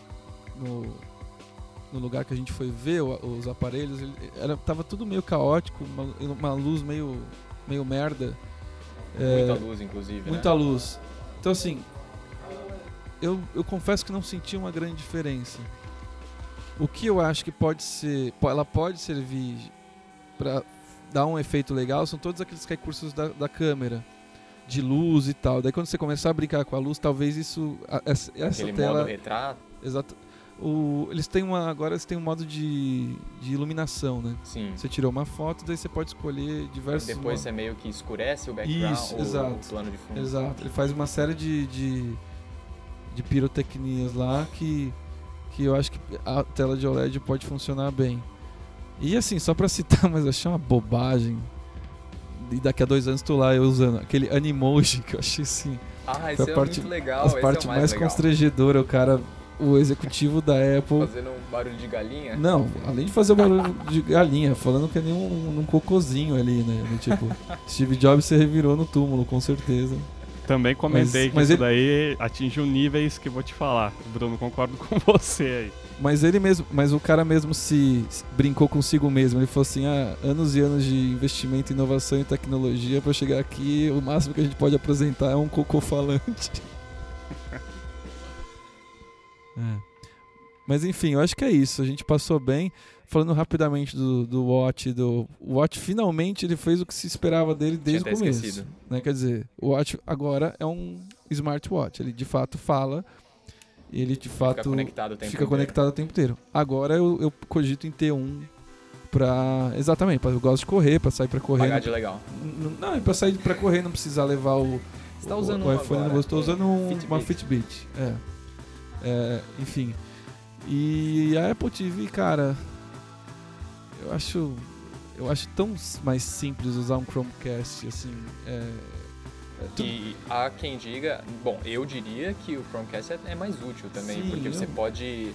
lugar que a gente foi ver os aparelhos, tava tudo meio caótico, uma luz meio merda. Muita luz, inclusive, muita luz. Então, assim, eu confesso que não senti uma grande diferença. O que eu acho que ela pode servir para dar um efeito legal são todos aqueles recursos da câmera, de luz e tal. Daí quando você começar a brincar com a luz, talvez essa aquele tela... modo retrato. Exato. Agora eles têm um modo de iluminação, né? Sim. Você tirou uma foto, daí você pode escolher diversos... Depois você meio que escurece o background, o plano de fundo. Exato. Ele faz uma série de pirotecnias lá que eu acho que a tela de OLED pode funcionar bem. E assim, só pra citar, mas eu achei uma bobagem. E daqui a 2 anos tô lá eu usando aquele Animoji que eu achei assim... isso é muito legal. A parte mais constrangedora, o executivo da Apple... Fazendo um barulho de galinha? Não, além de fazer o barulho de galinha, falando que é nem um cocôzinho ali, né? Tipo, Steve Jobs se revirou no túmulo, com certeza. Também comentei que isso daí atingiu níveis que eu vou te falar. Bruno, concordo com você aí. Mas o cara mesmo se brincou consigo mesmo. Ele falou assim, anos e anos de investimento em inovação e tecnologia pra chegar aqui, o máximo que a gente pode apresentar é um cocô falante. Mas enfim, eu acho que é isso. A gente passou bem. Falando rapidamente do Watch, o Watch finalmente ele fez o que se esperava dele desde o começo. Né? Quer dizer, o Watch agora é um smartwatch. Ele de fato fala, ele de fato fica conectado o tempo inteiro. Agora eu cogito em ter um exatamente, eu gosto de correr, pra sair pra correr. Pagar de legal. Não, pra sair pra correr não precisar levar o iPhone. Eu estou usando uma Fitbit. Enfim. E a Apple TV, cara, eu acho tão mais simples usar um Chromecast, assim. E há quem diga, eu diria que o Chromecast é mais útil também, sim, porque você pode,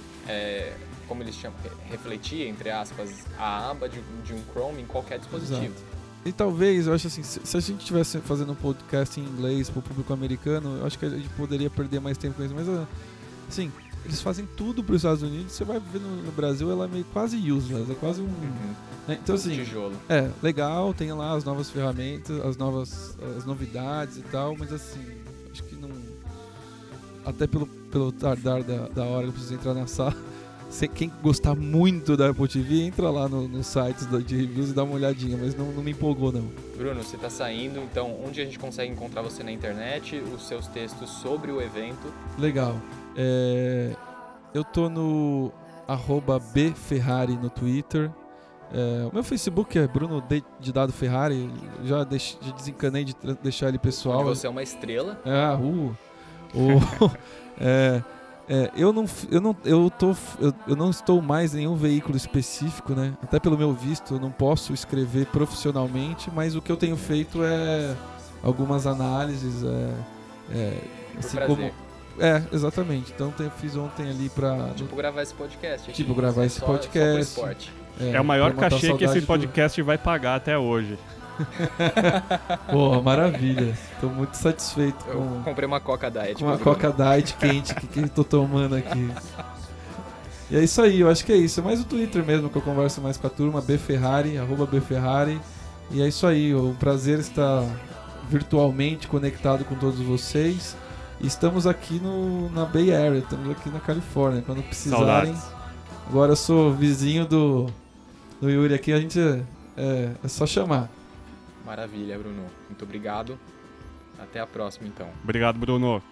como eles chamam, refletir, entre aspas, a aba de um Chrome em qualquer dispositivo. Exato. E talvez, eu acho assim, se a gente estivesse fazendo um podcast em inglês pro público americano, eu acho que a gente poderia perder mais tempo com isso. Mas, assim, eles fazem tudo pros Estados Unidos. Você vai ver no Brasil, ela é meio quase useless. É quase um... Né? Então, assim, tijolo. Legal, tem lá as novas ferramentas, as novidades e tal. Mas, assim, acho que não... Até pelo tardar da hora que eu preciso entrar na sala... Quem gostar muito da Apple TV, entra lá nos sites de reviews e dá uma olhadinha, mas não me empolgou, não. Bruno, você tá saindo, então onde a gente consegue encontrar você na internet, os seus textos sobre o evento? Legal. Eu tô no @bferrari no Twitter. O meu Facebook é Bruno de Dado Ferrari. Já desencanei de deixar ele pessoal. Onde você é uma estrela. Eu não estou mais em nenhum veículo específico, né? Até pelo meu visto, eu não posso escrever profissionalmente, mas o que eu tenho feito é algumas análises, assim como... exatamente. Então fiz ontem ali pra... Tipo gravar esse podcast. Tipo gravar esse podcast. Só por esporte. É o maior cachê que esse podcast vai pagar até hoje. Pô, maravilha. Tô muito satisfeito Eu comprei uma Coca Diet. Com uma Coca Diet quente que eu tô tomando aqui. E é isso aí, eu acho que é isso. É mais o Twitter mesmo que eu converso mais com a turma, @bferrari. E é isso aí, um prazer estar virtualmente conectado com todos vocês. E estamos aqui na Bay Area, estamos aqui na Califórnia. Quando precisarem. Saudades. Agora eu sou vizinho do Yuri aqui, a gente é só chamar. Maravilha, Bruno. Muito obrigado. Até a próxima, então. Obrigado, Bruno.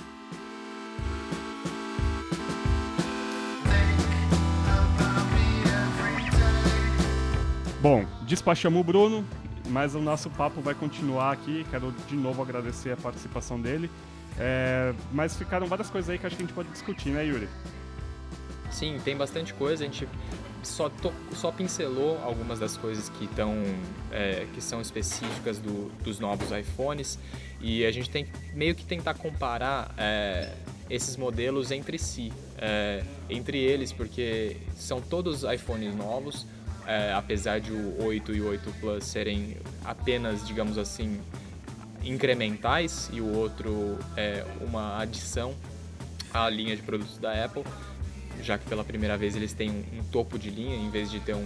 Bom, despachamos o Bruno, mas o nosso papo vai continuar aqui. Quero de novo agradecer a participação dele. Mas ficaram várias coisas aí que acho que a gente pode discutir, né, Yuri? Sim, tem bastante coisa. A gente só pincelou algumas das coisas que são específicas dos novos iPhones, e a gente tem meio que tentar comparar esses modelos entre si, entre eles, porque são todos iPhones novos, apesar de o 8 e o 8 Plus serem apenas, digamos assim, incrementais, e o outro é uma adição à linha de produtos da Apple, já que pela primeira vez eles têm um topo de linha em vez de ter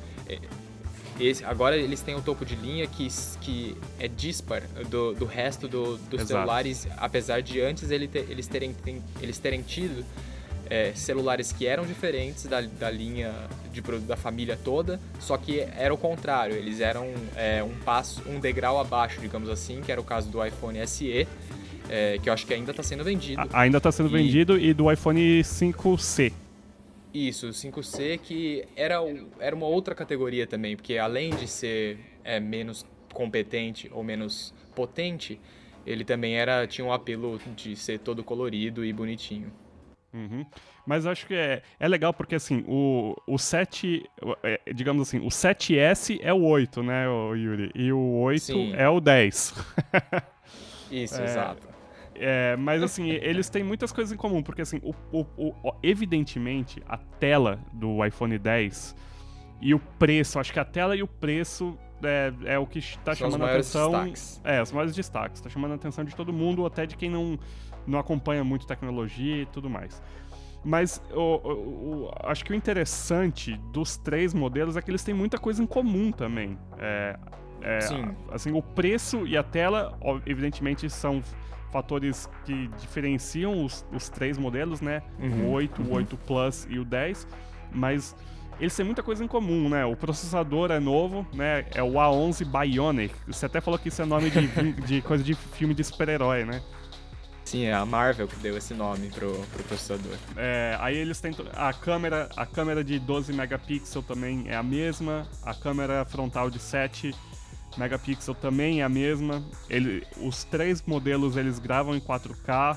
agora eles têm um topo de linha que é dispar do resto dos celulares, apesar de antes eles terem tido celulares que eram diferentes da linha de produto da família toda, só que era o contrário, eles eram um degrau abaixo, digamos assim, que era o caso do iPhone SE, que eu acho que ainda está sendo vendido. Ainda está sendo vendido, e do iPhone 5C. Isso, o 5C, que era uma outra categoria também, porque além de ser menos competente ou menos potente, ele também tinha um apelo de ser todo colorido e bonitinho. Uhum. Mas acho que é legal porque, assim, o 7, digamos assim, o 7S é o 8, né, Yuri? E o 8 Sim. é o 10. Isso, exato. Mas assim, eles têm muitas coisas em comum, porque assim, evidentemente, a tela do iPhone 10 e o preço, acho que a tela e o preço é o que está chamando a atenção. Os maiores destaques. Está chamando a atenção de todo mundo, até de quem não acompanha muito tecnologia e tudo mais. Mas acho que o interessante dos três modelos é que eles têm muita coisa em comum também. Sim. Assim, o preço e a tela, evidentemente, são fatores que diferenciam os três modelos, né? O 8, o 8 Plus e o 10, mas eles têm muita coisa em comum, né? O processador é novo, né? É o A11 Bionic. Você até falou que isso é nome de coisa de filme de super-herói, né? Sim, é a Marvel que deu esse nome pro processador. Aí eles têm a câmera de 12 megapixels também é a mesma, a câmera frontal de 7 megapixels também é a mesma. Os três modelos eles gravam em 4K.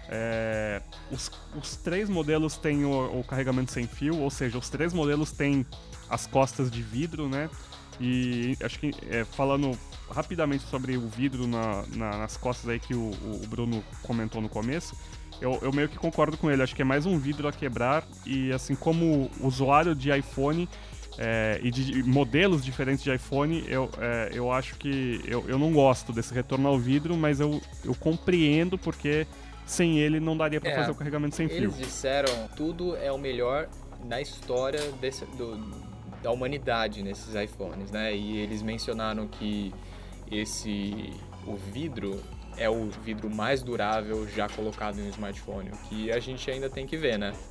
Os três modelos têm o carregamento sem fio, ou seja, os três modelos têm as costas de vidro, né? E acho que falando rapidamente sobre o vidro nas costas aí que o Bruno comentou no começo, eu meio que concordo com ele. Acho que é mais um vidro a quebrar, e assim como usuário de iPhone, e de modelos diferentes de iPhone, eu acho que eu não gosto desse retorno ao vidro, mas eu compreendo porque sem ele não daria para fazer o carregamento sem fio. Eles disseram tudo é o melhor na história da humanidade nesses iPhones, né? E eles mencionaram que o vidro é o vidro mais durável já colocado em um smartphone, o que a gente ainda tem que ver, né?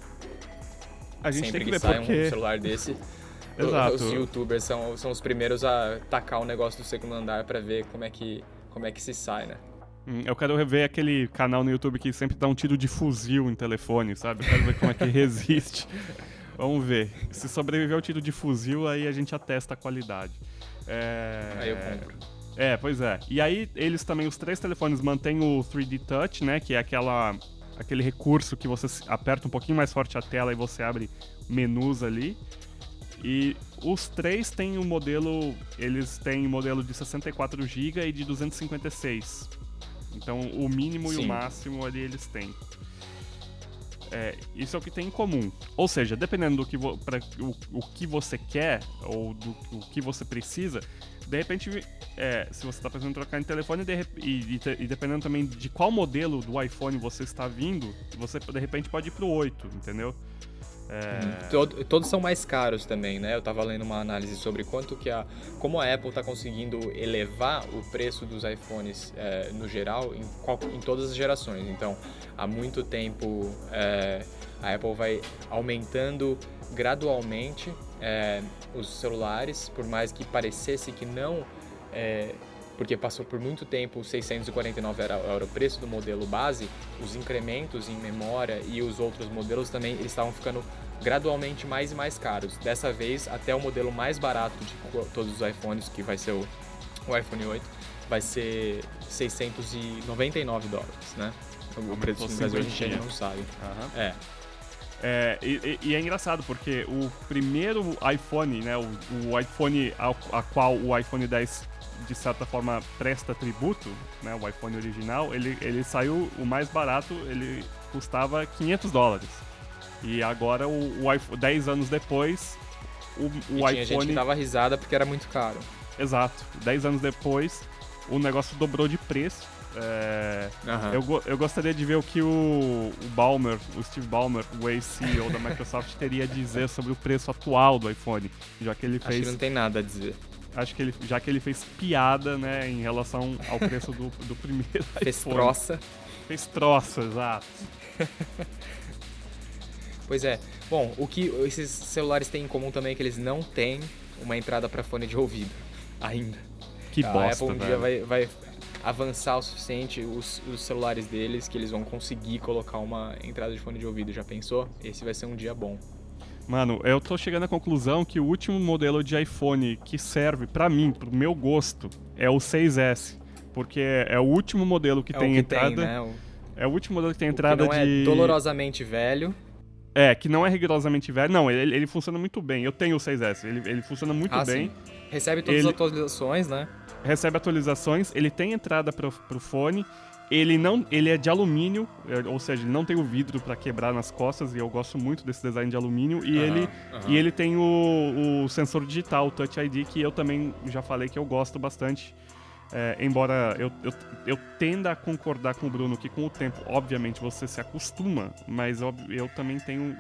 A gente Sempre tem que ver sai porque... um celular desse, Exato. Os youtubers são os primeiros a tacar o negócio do segundo andar pra ver como é que se sai, né? Eu quero rever aquele canal no YouTube que sempre dá um tiro de fuzil em telefone, sabe? Eu quero ver como é que resiste. Vamos ver. Se sobreviver ao tiro de fuzil, aí a gente atesta a qualidade. Aí eu compro. Pois é. E aí, eles também, os 3 telefones mantêm o 3D Touch, né? Que é aquele recurso que você aperta um pouquinho mais forte a tela e você abre menus ali. E os 3 têm um modelo... Eles têm modelo de 64 GB e de 256. Então, o mínimo Sim. e o máximo ali eles têm. Isso é o que tem em comum. Ou seja, dependendo do que o que você quer ou do que você precisa, de repente, se você está pensando em trocar de telefone e dependendo também de qual modelo do iPhone você está vindo, você de repente pode ir pro 8, entendeu? Todos são mais caros também, né? Eu tava lendo uma análise sobre como a Apple está conseguindo elevar o preço dos iPhones no geral, em todas as gerações. Então, há muito tempo a Apple vai aumentando gradualmente os celulares, por mais que parecesse que não... porque passou por muito tempo, o 649 era o preço do modelo base, os incrementos em memória e os outros modelos também eles estavam ficando gradualmente mais e mais caros. Dessa vez, até o modelo mais barato de todos os iPhones, que vai ser o iPhone 8, vai ser $699, né? O preço no Brasil a gente ainda não sabe. Uhum. E é engraçado porque o primeiro iPhone, né, o iPhone a qual o iPhone 10 de certa forma presta tributo, né, o iPhone original, ele saiu o mais barato, ele custava $500. E agora, 10 anos depois, o iPhone... Tinha gente que dava risada porque era muito caro. Exato. 10 anos depois, o negócio dobrou de preço. Eu gostaria de ver o que o Steve Ballmer, o ex-CEO da Microsoft, teria a dizer sobre o preço atual do iPhone, já que ele fez... Acho que não tem nada a dizer. Acho que já que ele fez piada, né, em relação ao preço do primeiro Fez iPhone. troça. Fez troça, exato. Pois é. Bom, o que esses celulares têm em comum também é que eles não têm uma entrada para fone de ouvido ainda. Que bosta, a Apple um velho. dia vai avançar o suficiente os celulares deles que eles vão conseguir colocar uma entrada de fone de ouvido. Já pensou? Esse vai ser um dia bom. Mano, eu tô chegando à conclusão que o último modelo de iPhone que serve pra mim, pro meu gosto, é o 6S. Porque é o último modelo que tem entrada... né? É o último modelo que tem entrada que não de... é dolorosamente velho. Que não é rigorosamente velho. Não, ele funciona muito bem. Eu tenho o 6S, ele funciona muito bem. Sim. Recebe todas as atualizações, né? Recebe atualizações, ele tem entrada pro fone, ele é de alumínio, ou seja, ele não tem o vidro para quebrar nas costas, e eu gosto muito desse design de alumínio, e ele tem o sensor digital, o Touch ID, que eu também já falei que eu gosto bastante. Embora eu tenda a concordar com o Bruno que com o tempo, obviamente, você se acostuma, mas eu também tenho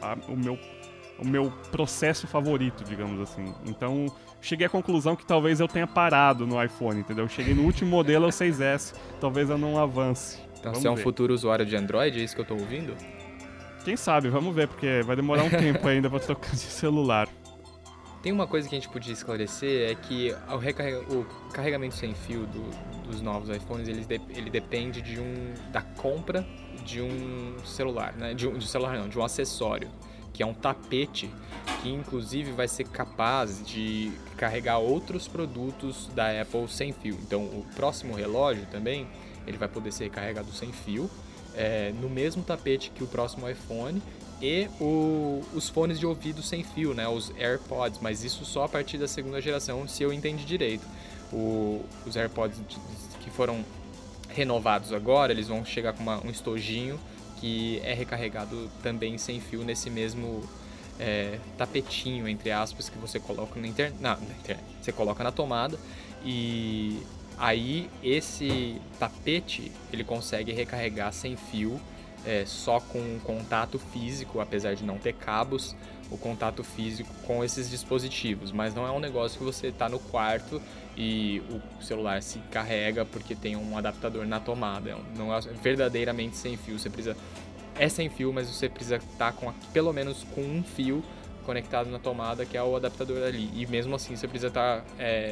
o meu processo favorito, digamos assim. Então, cheguei à conclusão que talvez eu tenha parado no iPhone, entendeu? Cheguei no último modelo, é o 6S, talvez eu não avance. Então, você é um futuro usuário de Android, é isso que eu tô ouvindo? Quem sabe, vamos ver, porque vai demorar um tempo ainda pra trocar de celular. Tem uma coisa que a gente podia esclarecer, é que o carregamento sem fio dos novos iPhones, ele depende da compra de um celular, né? De um celular não, de um acessório, que é um tapete, que inclusive vai ser capaz de carregar outros produtos da Apple sem fio. Então, o próximo relógio também, ele vai poder ser carregado sem fio, no mesmo tapete que o próximo iPhone, e os fones de ouvido sem fio, né, os AirPods, mas isso só a partir da segunda geração, se eu entendi direito. Os AirPods que foram renovados agora, eles vão chegar com um estojinho que é recarregado também sem fio nesse mesmo tapetinho, entre aspas, que você coloca na internet. Você coloca na tomada e aí esse tapete ele consegue recarregar sem fio, só com contato físico, apesar de não ter cabos, o contato físico com esses dispositivos. Mas não é um negócio que você está no quarto e o celular se carrega porque tem um adaptador na tomada. Não é verdadeiramente sem fio. Você precisa... É sem fio, mas você precisa estar pelo menos com um fio conectado na tomada, que é o adaptador ali. E mesmo assim você precisa estar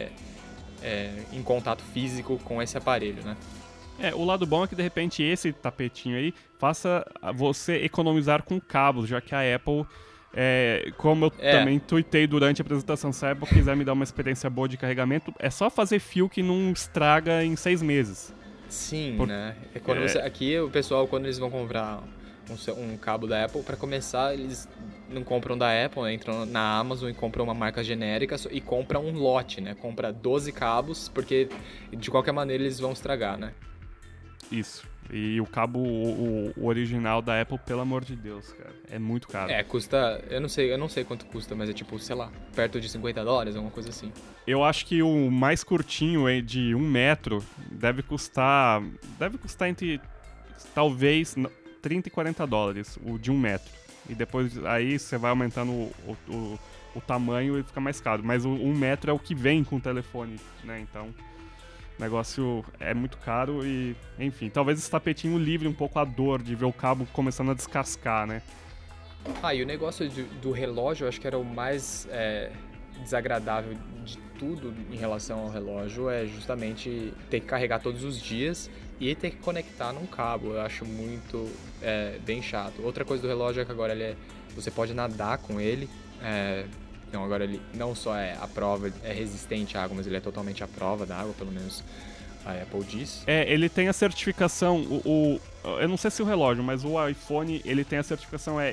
em contato físico com esse aparelho, né? O lado bom é que de repente esse tapetinho aí faça você economizar com cabos, já que a Apple, como eu também tuitei durante a apresentação, se a Apple quiser me dar uma experiência boa de carregamento, é só fazer fio que não estraga em 6 meses. Sim, né? Aqui o pessoal, quando eles vão comprar um cabo da Apple, para começar, eles não compram da Apple, né? Entram na Amazon e compram uma marca genérica e compram um lote, né? Compra 12 cabos, porque de qualquer maneira eles vão estragar, né? Isso. E o cabo, o original da Apple, pelo amor de Deus, cara, é muito caro. Custa, eu não sei quanto custa, mas é tipo, sei lá, perto de $50, alguma coisa assim. Eu acho que o mais curtinho, de 1 metro, deve custar entre, talvez, $30 e $40, o de 1 metro. E depois, aí você vai aumentando o tamanho e fica mais caro. Mas o 1 metro é o que vem com o telefone, né, então... O negócio é muito caro e, enfim, talvez esse tapetinho livre um pouco a dor de ver o cabo começando a descascar, né? E o negócio do relógio, eu acho que era o mais desagradável de tudo em relação ao relógio, é justamente ter que carregar todos os dias e ter que conectar num cabo. Eu acho muito bem chato. Outra coisa do relógio é que agora você pode nadar com ele. Então agora ele não só é resistente à água, mas ele é totalmente à prova da água, pelo menos a Apple diz. Ele tem a certificação, eu não sei se o relógio, mas o iPhone, ele tem a certificação, a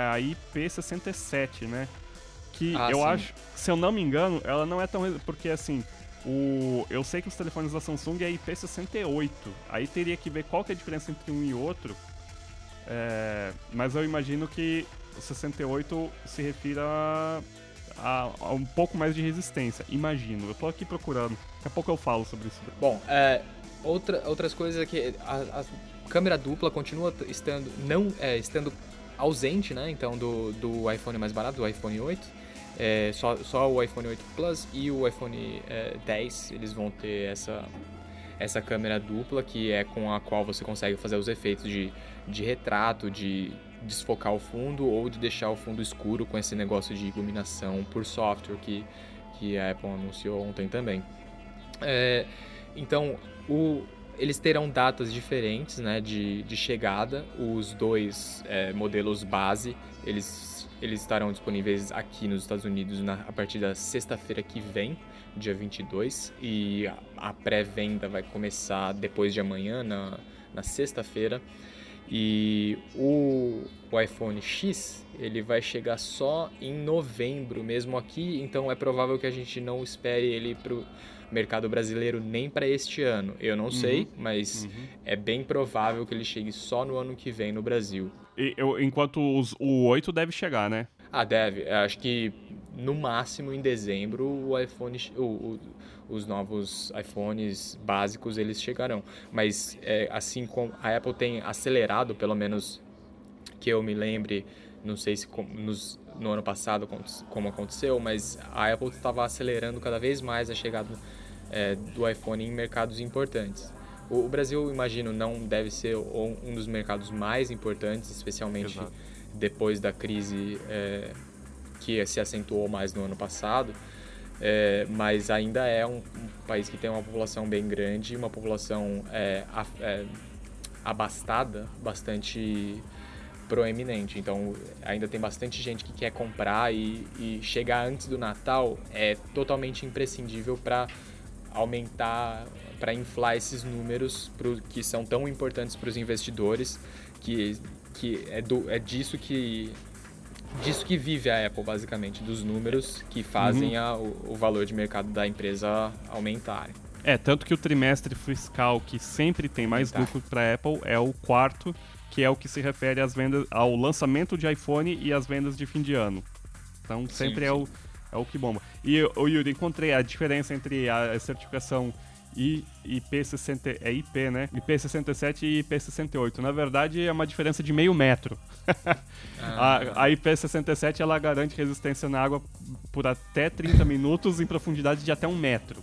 IP67, né? Que eu sim. acho, se eu não me engano, ela não é tão... Porque assim, eu sei que os telefones da Samsung é IP68, aí teria que ver qual que é a diferença entre um e outro, mas eu imagino que o 68 se refira a um pouco mais de resistência, imagino. Eu tô aqui procurando, daqui a pouco eu falo sobre isso. Bom, outras coisas é que a câmera dupla continua estando ausente, né? Então do iPhone mais barato, do iPhone 8, só o iPhone 8 Plus e o iPhone 10 eles vão ter essa câmera dupla, que é com a qual você consegue fazer os efeitos de retrato, de desfocar o fundo ou de deixar o fundo escuro com esse negócio de iluminação por software que a Apple anunciou ontem também. Então, eles terão datas diferentes, né, de chegada. Os dois modelos base, eles estarão disponíveis aqui nos Estados Unidos a partir da sexta-feira que vem, dia 22, e a pré-venda vai começar depois de amanhã, na sexta-feira. E o iPhone X, ele vai chegar só em novembro mesmo aqui, então é provável que a gente não espere ele para o mercado brasileiro nem para este ano. Eu não sei, mas é bem provável que ele chegue só no ano que vem no Brasil. Enquanto o 8 deve chegar, né? Deve. Acho que no máximo em dezembro o iPhone, os novos iPhones básicos eles chegarão. Mas assim como a Apple tem acelerado, pelo menos que eu me lembre, não sei se no ano passado como aconteceu, mas a Apple estava acelerando cada vez mais a chegada do iPhone em mercados importantes. O Brasil, imagino, não deve ser um dos mercados mais importantes, especialmente depois da crise que se acentuou mais no ano passado, mas ainda é um país que tem uma população bem grande, uma população abastada, bastante proeminente. Então, ainda tem bastante gente que quer comprar e chegar antes do Natal é totalmente imprescindível para aumentar, para inflar esses números que são tão importantes para os investidores, que é disso que vive a Apple, basicamente, dos números que fazem o valor de mercado da empresa aumentarem. Tanto que o trimestre fiscal que sempre tem mais lucro para a Apple é o quarto, que é o que se refere às vendas, ao lançamento de iPhone e às vendas de fim de ano. Então sempre é o que bomba. E o Yuri, encontrei a diferença entre a certificação IP60, é IP, né? IP67 e IP68. Na verdade, é uma diferença de meio metro. A IP67 ela garante resistência na água por até 30 minutos em profundidade de até 1 metro.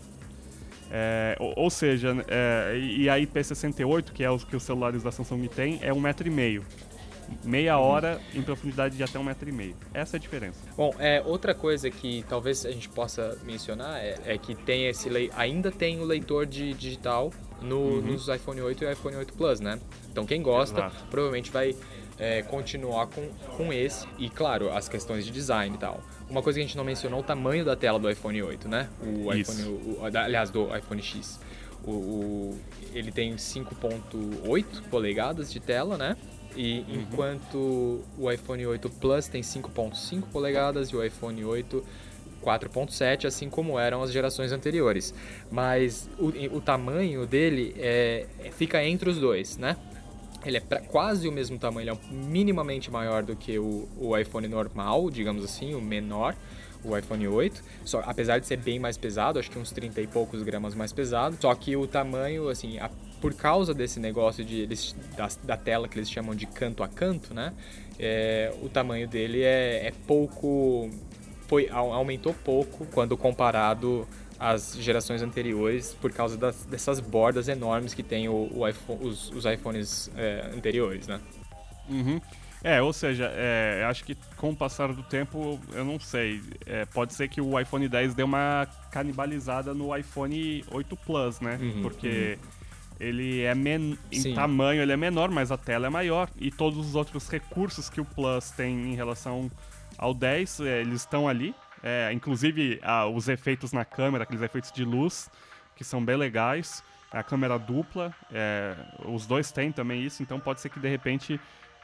Ou seja, e a IP68, que é o que os celulares da Samsung têm, é 1,5 metro. Meia hora em profundidade de até 1,5 metro. Essa é a diferença. Bom, outra coisa que talvez a gente possa mencionar é que tem ainda tem o leitor digital nos iPhone 8 e iPhone 8 Plus, né? Então quem gosta provavelmente vai continuar com esse. E claro, as questões de design e tal. Uma coisa que a gente não mencionou, o tamanho da tela do iPhone 8, né? Aliás, do iPhone X. Ele tem 5.8 polegadas de tela, né? E enquanto o iPhone 8 Plus tem 5.5 polegadas e o iPhone 8 4.7, assim como eram as gerações anteriores. Mas o tamanho dele fica entre os dois, né? Ele é quase o mesmo tamanho, ele é minimamente maior do que o iPhone normal, digamos assim, o menor, o iPhone 8. Apesar de ser bem mais pesado, acho que uns 30 e poucos gramas mais pesado. Só que o tamanho, assim, por causa desse negócio da tela que eles chamam de canto a canto, né? O tamanho dele é pouco... aumentou pouco quando comparado às gerações anteriores por causa dessas bordas enormes que tem os iPhones anteriores, né? Ou seja, acho que com o passar do tempo, eu não sei, pode ser que o iPhone X dê uma canibalizada no iPhone 8 Plus, né? Porque ele em tamanho ele é menor, mas a tela é maior, e todos os outros recursos que o Plus tem em relação ao 10, eles estão ali. Inclusive os efeitos na câmera, aqueles efeitos de luz, que são bem legais. A câmera dupla, os dois têm também isso, então pode ser que de repente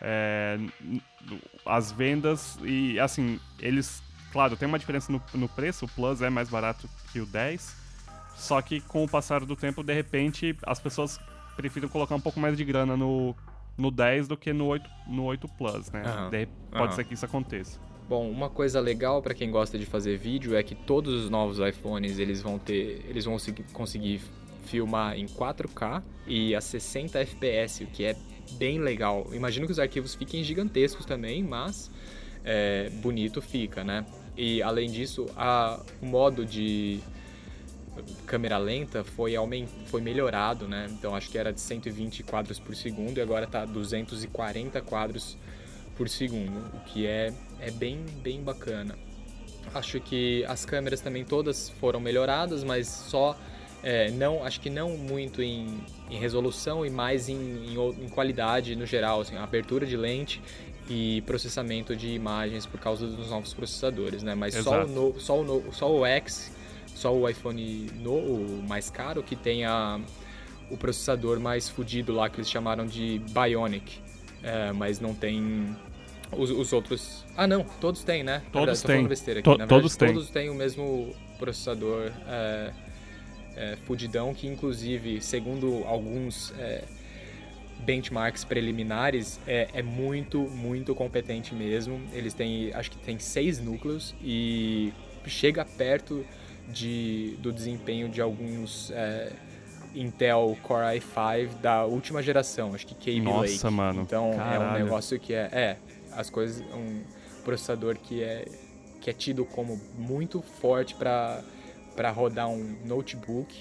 as vendas e assim, eles, claro, tem uma diferença no preço, o Plus é mais barato que o 10, só que com o passar do tempo, de repente, as pessoas preferem colocar um pouco mais de grana no 10 do que no 8 Plus, né? Pode ser que isso aconteça. Bom, uma coisa legal para quem gosta de fazer vídeo é que todos os novos iPhones eles vão conseguir filmar em 4K e a 60 FPS, o que é bem legal. Imagino que os arquivos fiquem gigantescos também, mas bonito fica, né? E além disso, o modo de câmera lenta foi melhorado, né? Então acho que era de 120 quadros por segundo e agora tá 240 quadros por segundo, o que é bem bacana. Acho que as câmeras também todas foram melhoradas, mas acho que não muito em resolução e mais em qualidade no geral, assim, abertura de lente e processamento de imagens por causa dos novos processadores, né? Mas só o X, só o iPhone o mais caro que tem o processador mais fodido lá que eles chamaram de Bionic. Mas não tem os outros... não, todos têm, né? Todos têm. Tô falando besteira aqui. Na verdade, todos têm o mesmo processador fudidão, que inclusive, segundo alguns benchmarks preliminares, é muito, muito competente mesmo. Eles têm, acho que tem 6 núcleos e chega perto do desempenho de alguns... Intel Core i5 da última geração, acho que Kaby Lake. Nossa, mano. Então caralho. É um negócio que as coisas, um processador que é tido como muito forte para rodar um notebook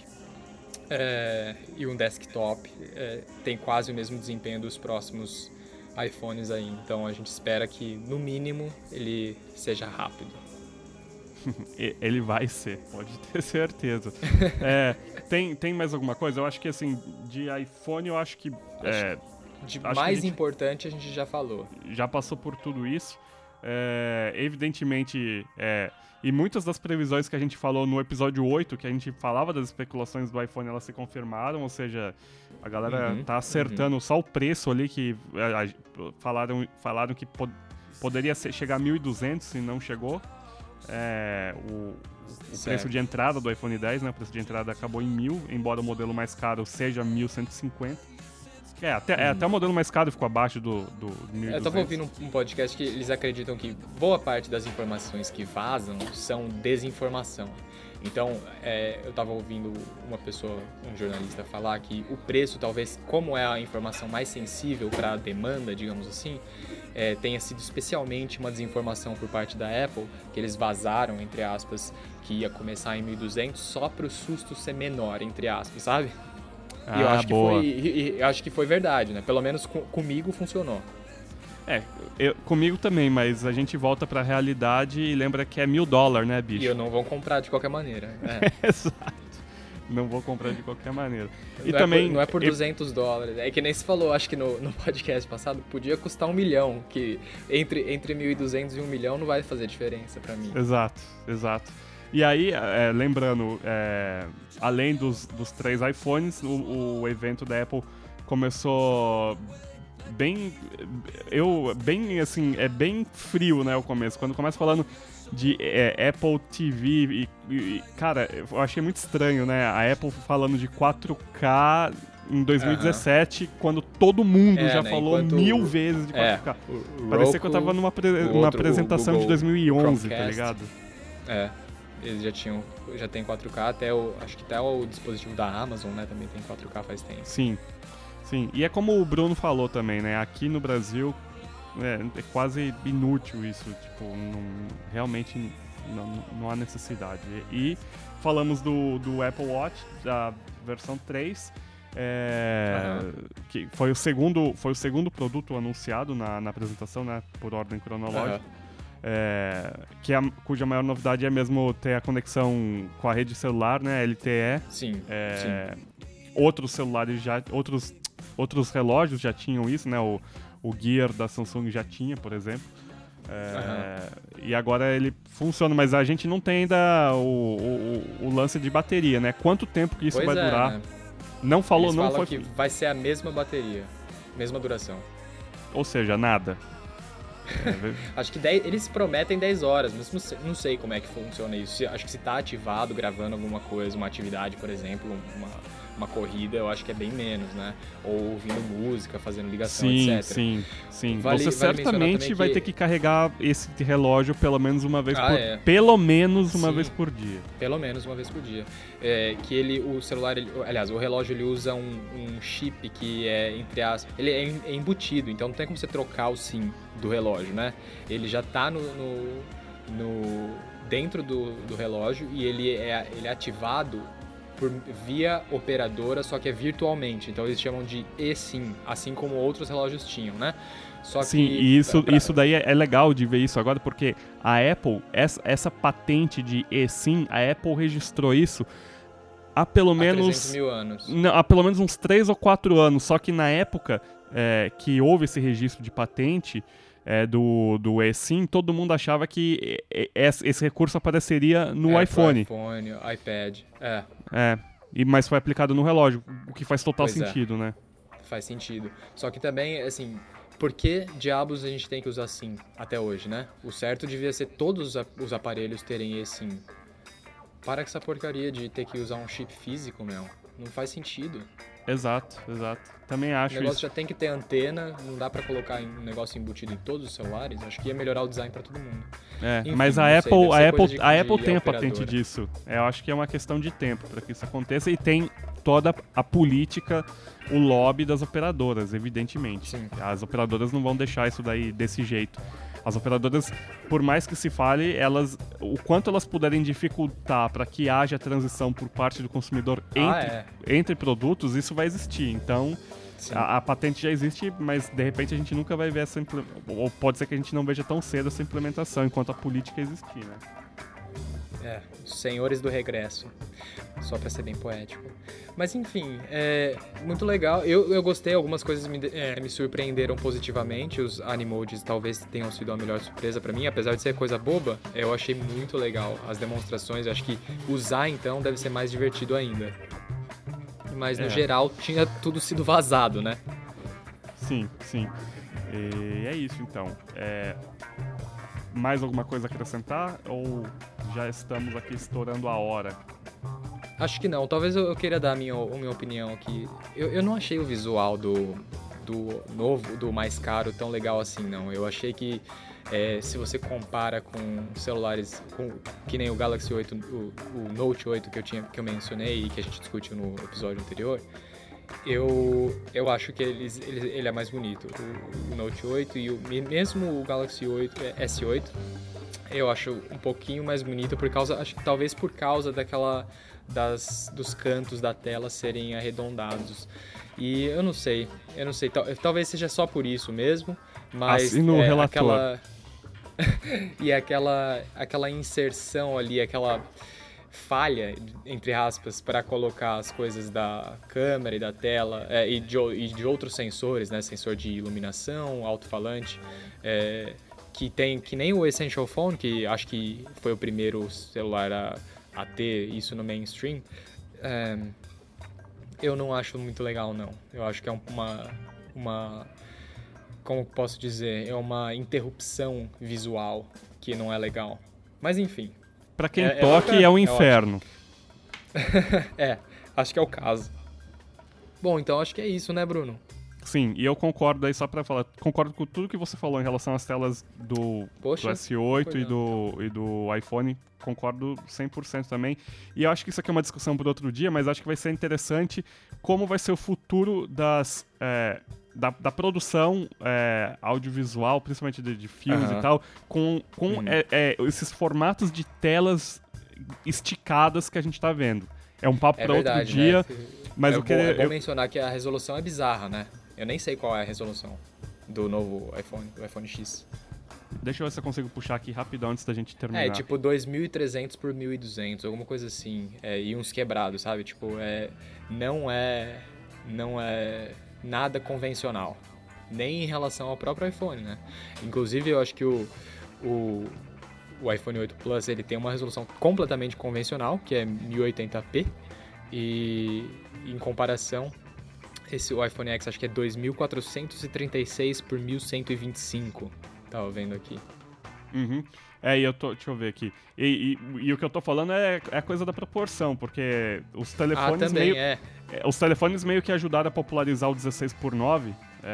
e um desktop, tem quase o mesmo desempenho dos próximos iPhones aí. Então a gente espera que no mínimo ele seja rápido. Ele vai ser, pode ter certeza. Tem mais alguma coisa? Eu acho que assim, de iPhone eu acho que... mais importante a gente já falou. Já passou por tudo isso. Evidentemente, e muitas das previsões que a gente falou no episódio 8, que a gente falava das especulações do iPhone, elas se confirmaram, ou seja, a galera tá acertando só o preço ali, que falaram que poderia chegar a 1.200 e não chegou. O preço de entrada do iPhone X, né? O preço de entrada acabou em 1.000, embora o modelo mais caro seja 1.150. que até o modelo mais caro ficou abaixo do 1.200. Eu tava ouvindo um podcast que eles acreditam que boa parte das informações que vazam são desinformação. Então, eu tava ouvindo uma pessoa, um jornalista, falar que o preço, talvez, como é a informação mais sensível para a demanda, digamos assim, tenha sido especialmente uma desinformação por parte da Apple, que eles vazaram, entre aspas, que ia começar em 1.200 só para o susto ser menor, entre aspas, sabe? E eu acho que acho que foi verdade, né? Pelo menos comigo funcionou. Comigo também, mas a gente volta pra realidade e lembra que é $1.000, né, bicho? E eu não vou comprar de qualquer maneira. Exato. Não vou comprar de qualquer maneira. Não é por $200. É que nem se falou, acho que no podcast passado, podia custar $1 milhão, que entre 1.200 e 1 milhão não vai fazer diferença pra mim. Exato. E aí, lembrando, além dos 3 iPhones, o evento da Apple começou bem frio, né, o começo. Quando começa falando de Apple TV, cara, eu achei muito estranho, né, a Apple falando de 4K em 2017, quando todo mundo já falou 1000 vezes de 4K. Parecia que eu tava numa apresentação de 2011, Chromecast, tá ligado? Eles já tem 4K, acho que até o dispositivo da Amazon, né, também tem 4K faz tempo. Sim, e é como o Bruno falou também, né, aqui no Brasil é quase inútil isso, tipo, realmente não há necessidade. E falamos do Apple Watch, da versão 3, que foi o segundo produto anunciado na apresentação, né, por ordem cronológica. Cuja maior novidade é mesmo ter a conexão com a rede celular, né, LTE. Sim. Outros celulares outros relógios já tinham isso, né, o Gear da Samsung já tinha, por exemplo. E agora ele funciona, mas a gente não tem ainda o lance de bateria, né? Quanto tempo que isso vai durar? Né? Não falou, Eles não falam foi. Que vai ser a mesma bateria, mesma duração. Ou seja, nada. Acho que eles prometem 10 horas, mas não sei como é que funciona isso. Acho que se tá ativado, gravando alguma coisa, uma atividade, por exemplo, uma corrida, eu acho que é bem menos, né? Ou ouvindo música, fazendo ligação, etc. Sim. Você certamente vai ter que carregar esse relógio pelo menos uma vez pelo menos uma vez por dia. Pelo menos uma vez por dia. O relógio ele usa um chip que é, entre aspas, ele é embutido, então não tem como você trocar o SIM do relógio, né? Ele já tá dentro do relógio e ele é ativado via operadora, só que é virtualmente. Então eles chamam de eSIM, assim como outros relógios tinham, né? E isso daí é legal de ver isso agora, porque a Apple, essa patente de eSIM, a Apple registrou isso há pelo menos 300 mil anos. Há pelo menos uns 3 ou 4 anos. Só que na época que houve esse registro de patente do eSIM, todo mundo achava que esse recurso apareceria no iPhone. iPhone, iPad. Mas foi aplicado no relógio, o que faz total sentido, né? Faz sentido. Só que também, assim, por que diabos a gente tem que usar SIM até hoje, né? O certo devia ser todos os aparelhos terem eSIM. Para com essa porcaria de ter que usar um chip físico, meu. Não faz sentido. Exato. Também acho isso. O negócio já tem que ter antena, não dá pra colocar um negócio embutido em todos os celulares. Acho que ia melhorar o design pra todo mundo. Enfim, mas a Apple tem a patente disso. Eu acho que é uma questão de tempo para que isso aconteça e tem toda a política, o lobby das operadoras, evidentemente. Sim. As operadoras não vão deixar isso daí desse jeito. As operadoras, por mais que se fale, o quanto elas puderem dificultar para que haja transição por parte do consumidor entre produtos, isso vai existir. Então, a patente já existe, mas de repente a gente nunca vai ver essa ou pode ser que a gente não veja tão cedo essa implementação, enquanto a política existir, né? Os senhores do regresso. Só pra ser bem poético. Mas enfim, muito legal. Eu gostei, algumas coisas me surpreenderam positivamente. Os Animodes talvez tenham sido a melhor surpresa pra mim. Apesar de ser coisa boba, eu achei muito legal as demonstrações. Eu acho que usar então deve ser mais divertido ainda. Mas no geral tinha tudo sido vazado, né? Sim. E é isso então. Mais alguma coisa a acrescentar? Ou já estamos aqui estourando a hora? Acho que não. Talvez eu queira dar a minha opinião aqui. Eu não achei o visual do novo, do mais caro, tão legal assim, não. Eu achei que se você compara com celulares que nem o Galaxy 8, o Note 8 que eu mencionei e que a gente discutiu no episódio anterior, eu acho que ele é mais bonito. O Note 8 e mesmo o Galaxy 8, S8, eu acho um pouquinho mais bonito acho que talvez por causa dos cantos da tela serem arredondados. E eu não sei, talvez seja só por isso mesmo, mas assim no relator. E aquela inserção ali, aquela falha, entre aspas, para colocar as coisas da câmera e da tela e de outros sensores, né? Sensor de iluminação, alto-falante, que nem o Essential Phone, que acho que foi o primeiro celular a ter isso no mainstream. Eu não acho muito legal, não. Eu acho que é uma como posso dizer, é uma interrupção visual que não é legal. Mas enfim. Pra quem toque é um inferno. Acho que é o caso. Bom, então acho que é isso, né, Bruno? Sim, e eu concordo aí, só pra falar, concordo com tudo que você falou em relação às telas do S8 e do iPhone, concordo 100% também. E eu acho que isso aqui é uma discussão para outro dia, mas acho que vai ser interessante como vai ser o futuro da produção audiovisual, principalmente de filmes e tal, com esses formatos de telas esticadas que a gente tá vendo. É um papo para outro dia, né? Mas é bom mencionar que a resolução é bizarra, né? Eu nem sei qual é a resolução do novo iPhone, do iPhone X. Deixa eu ver se eu consigo puxar aqui rapidão antes da gente terminar. Tipo 2.300 por 1.200, alguma coisa assim. E uns quebrados, sabe? Tipo, não é nada convencional. Nem em relação ao próprio iPhone, né? Inclusive, eu acho que o iPhone 8 Plus, ele tem uma resolução completamente convencional, que é 1080p. E em comparação, o iPhone X acho que é 2.436 por 1.125. Tava vendo aqui. Uhum. Deixa eu ver aqui. E o que eu tô falando é a coisa da proporção, porque os telefones os telefones meio que ajudaram a popularizar o 16:9.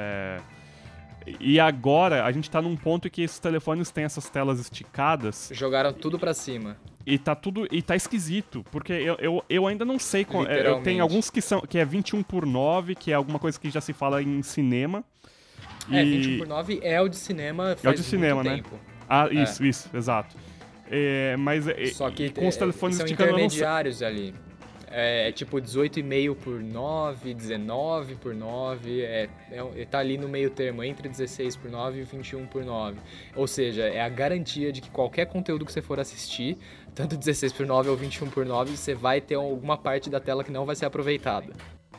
E agora a gente tá num ponto em que esses telefones têm essas telas esticadas. Jogaram tudo pra cima. E tá esquisito, porque eu ainda não sei. Eu tenho alguns que é 21:9, que é alguma coisa que já se fala em cinema. 21:9 é o de cinema faz muito tempo. Né? Isso, exato. Mas só que com os telefones são esticando, intermediários ali. Tipo 18,5 por 9, 19 por 9, tá ali no meio termo, entre 16 por 9 e 21 por 9. Ou seja, é a garantia de que qualquer conteúdo que você for assistir, tanto 16 por 9 ou 21 por 9, você vai ter alguma parte da tela que não vai ser aproveitada.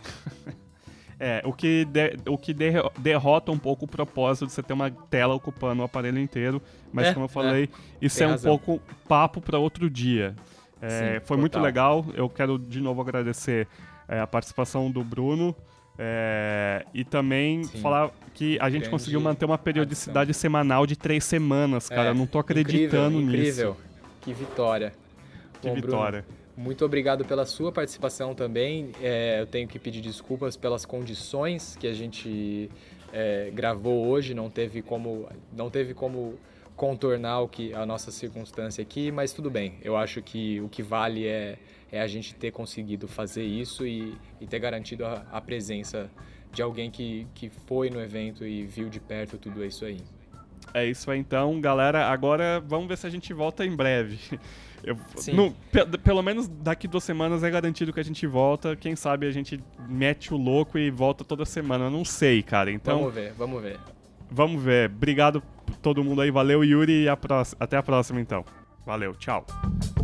O que derrota um pouco o propósito de você ter uma tela ocupando o aparelho inteiro, mas como eu falei, isso é um pouco papo para outro dia. Sim, foi muito legal, eu quero de novo agradecer a participação do Bruno e também falar que a gente conseguiu manter uma periodicidade semanal de 3 semanas, cara, eu não tô acreditando nisso. Incrível, que vitória. Vitória. Bruno, muito obrigado pela sua participação também, eu tenho que pedir desculpas pelas condições que a gente gravou hoje, não teve como contornar a nossa circunstância aqui, mas tudo bem. Eu acho que o que vale é a gente ter conseguido fazer isso e ter garantido a presença de alguém que foi no evento e viu de perto tudo isso aí. É isso aí então, galera. Agora vamos ver se a gente volta em breve. Pelo menos daqui 2 semanas é garantido que a gente volta. Quem sabe a gente mete o louco e volta toda semana. Eu não sei, cara. Então, Vamos ver. Vamos ver. Obrigado todo mundo aí. Valeu, Yuri. E até a próxima, então. Valeu. Tchau.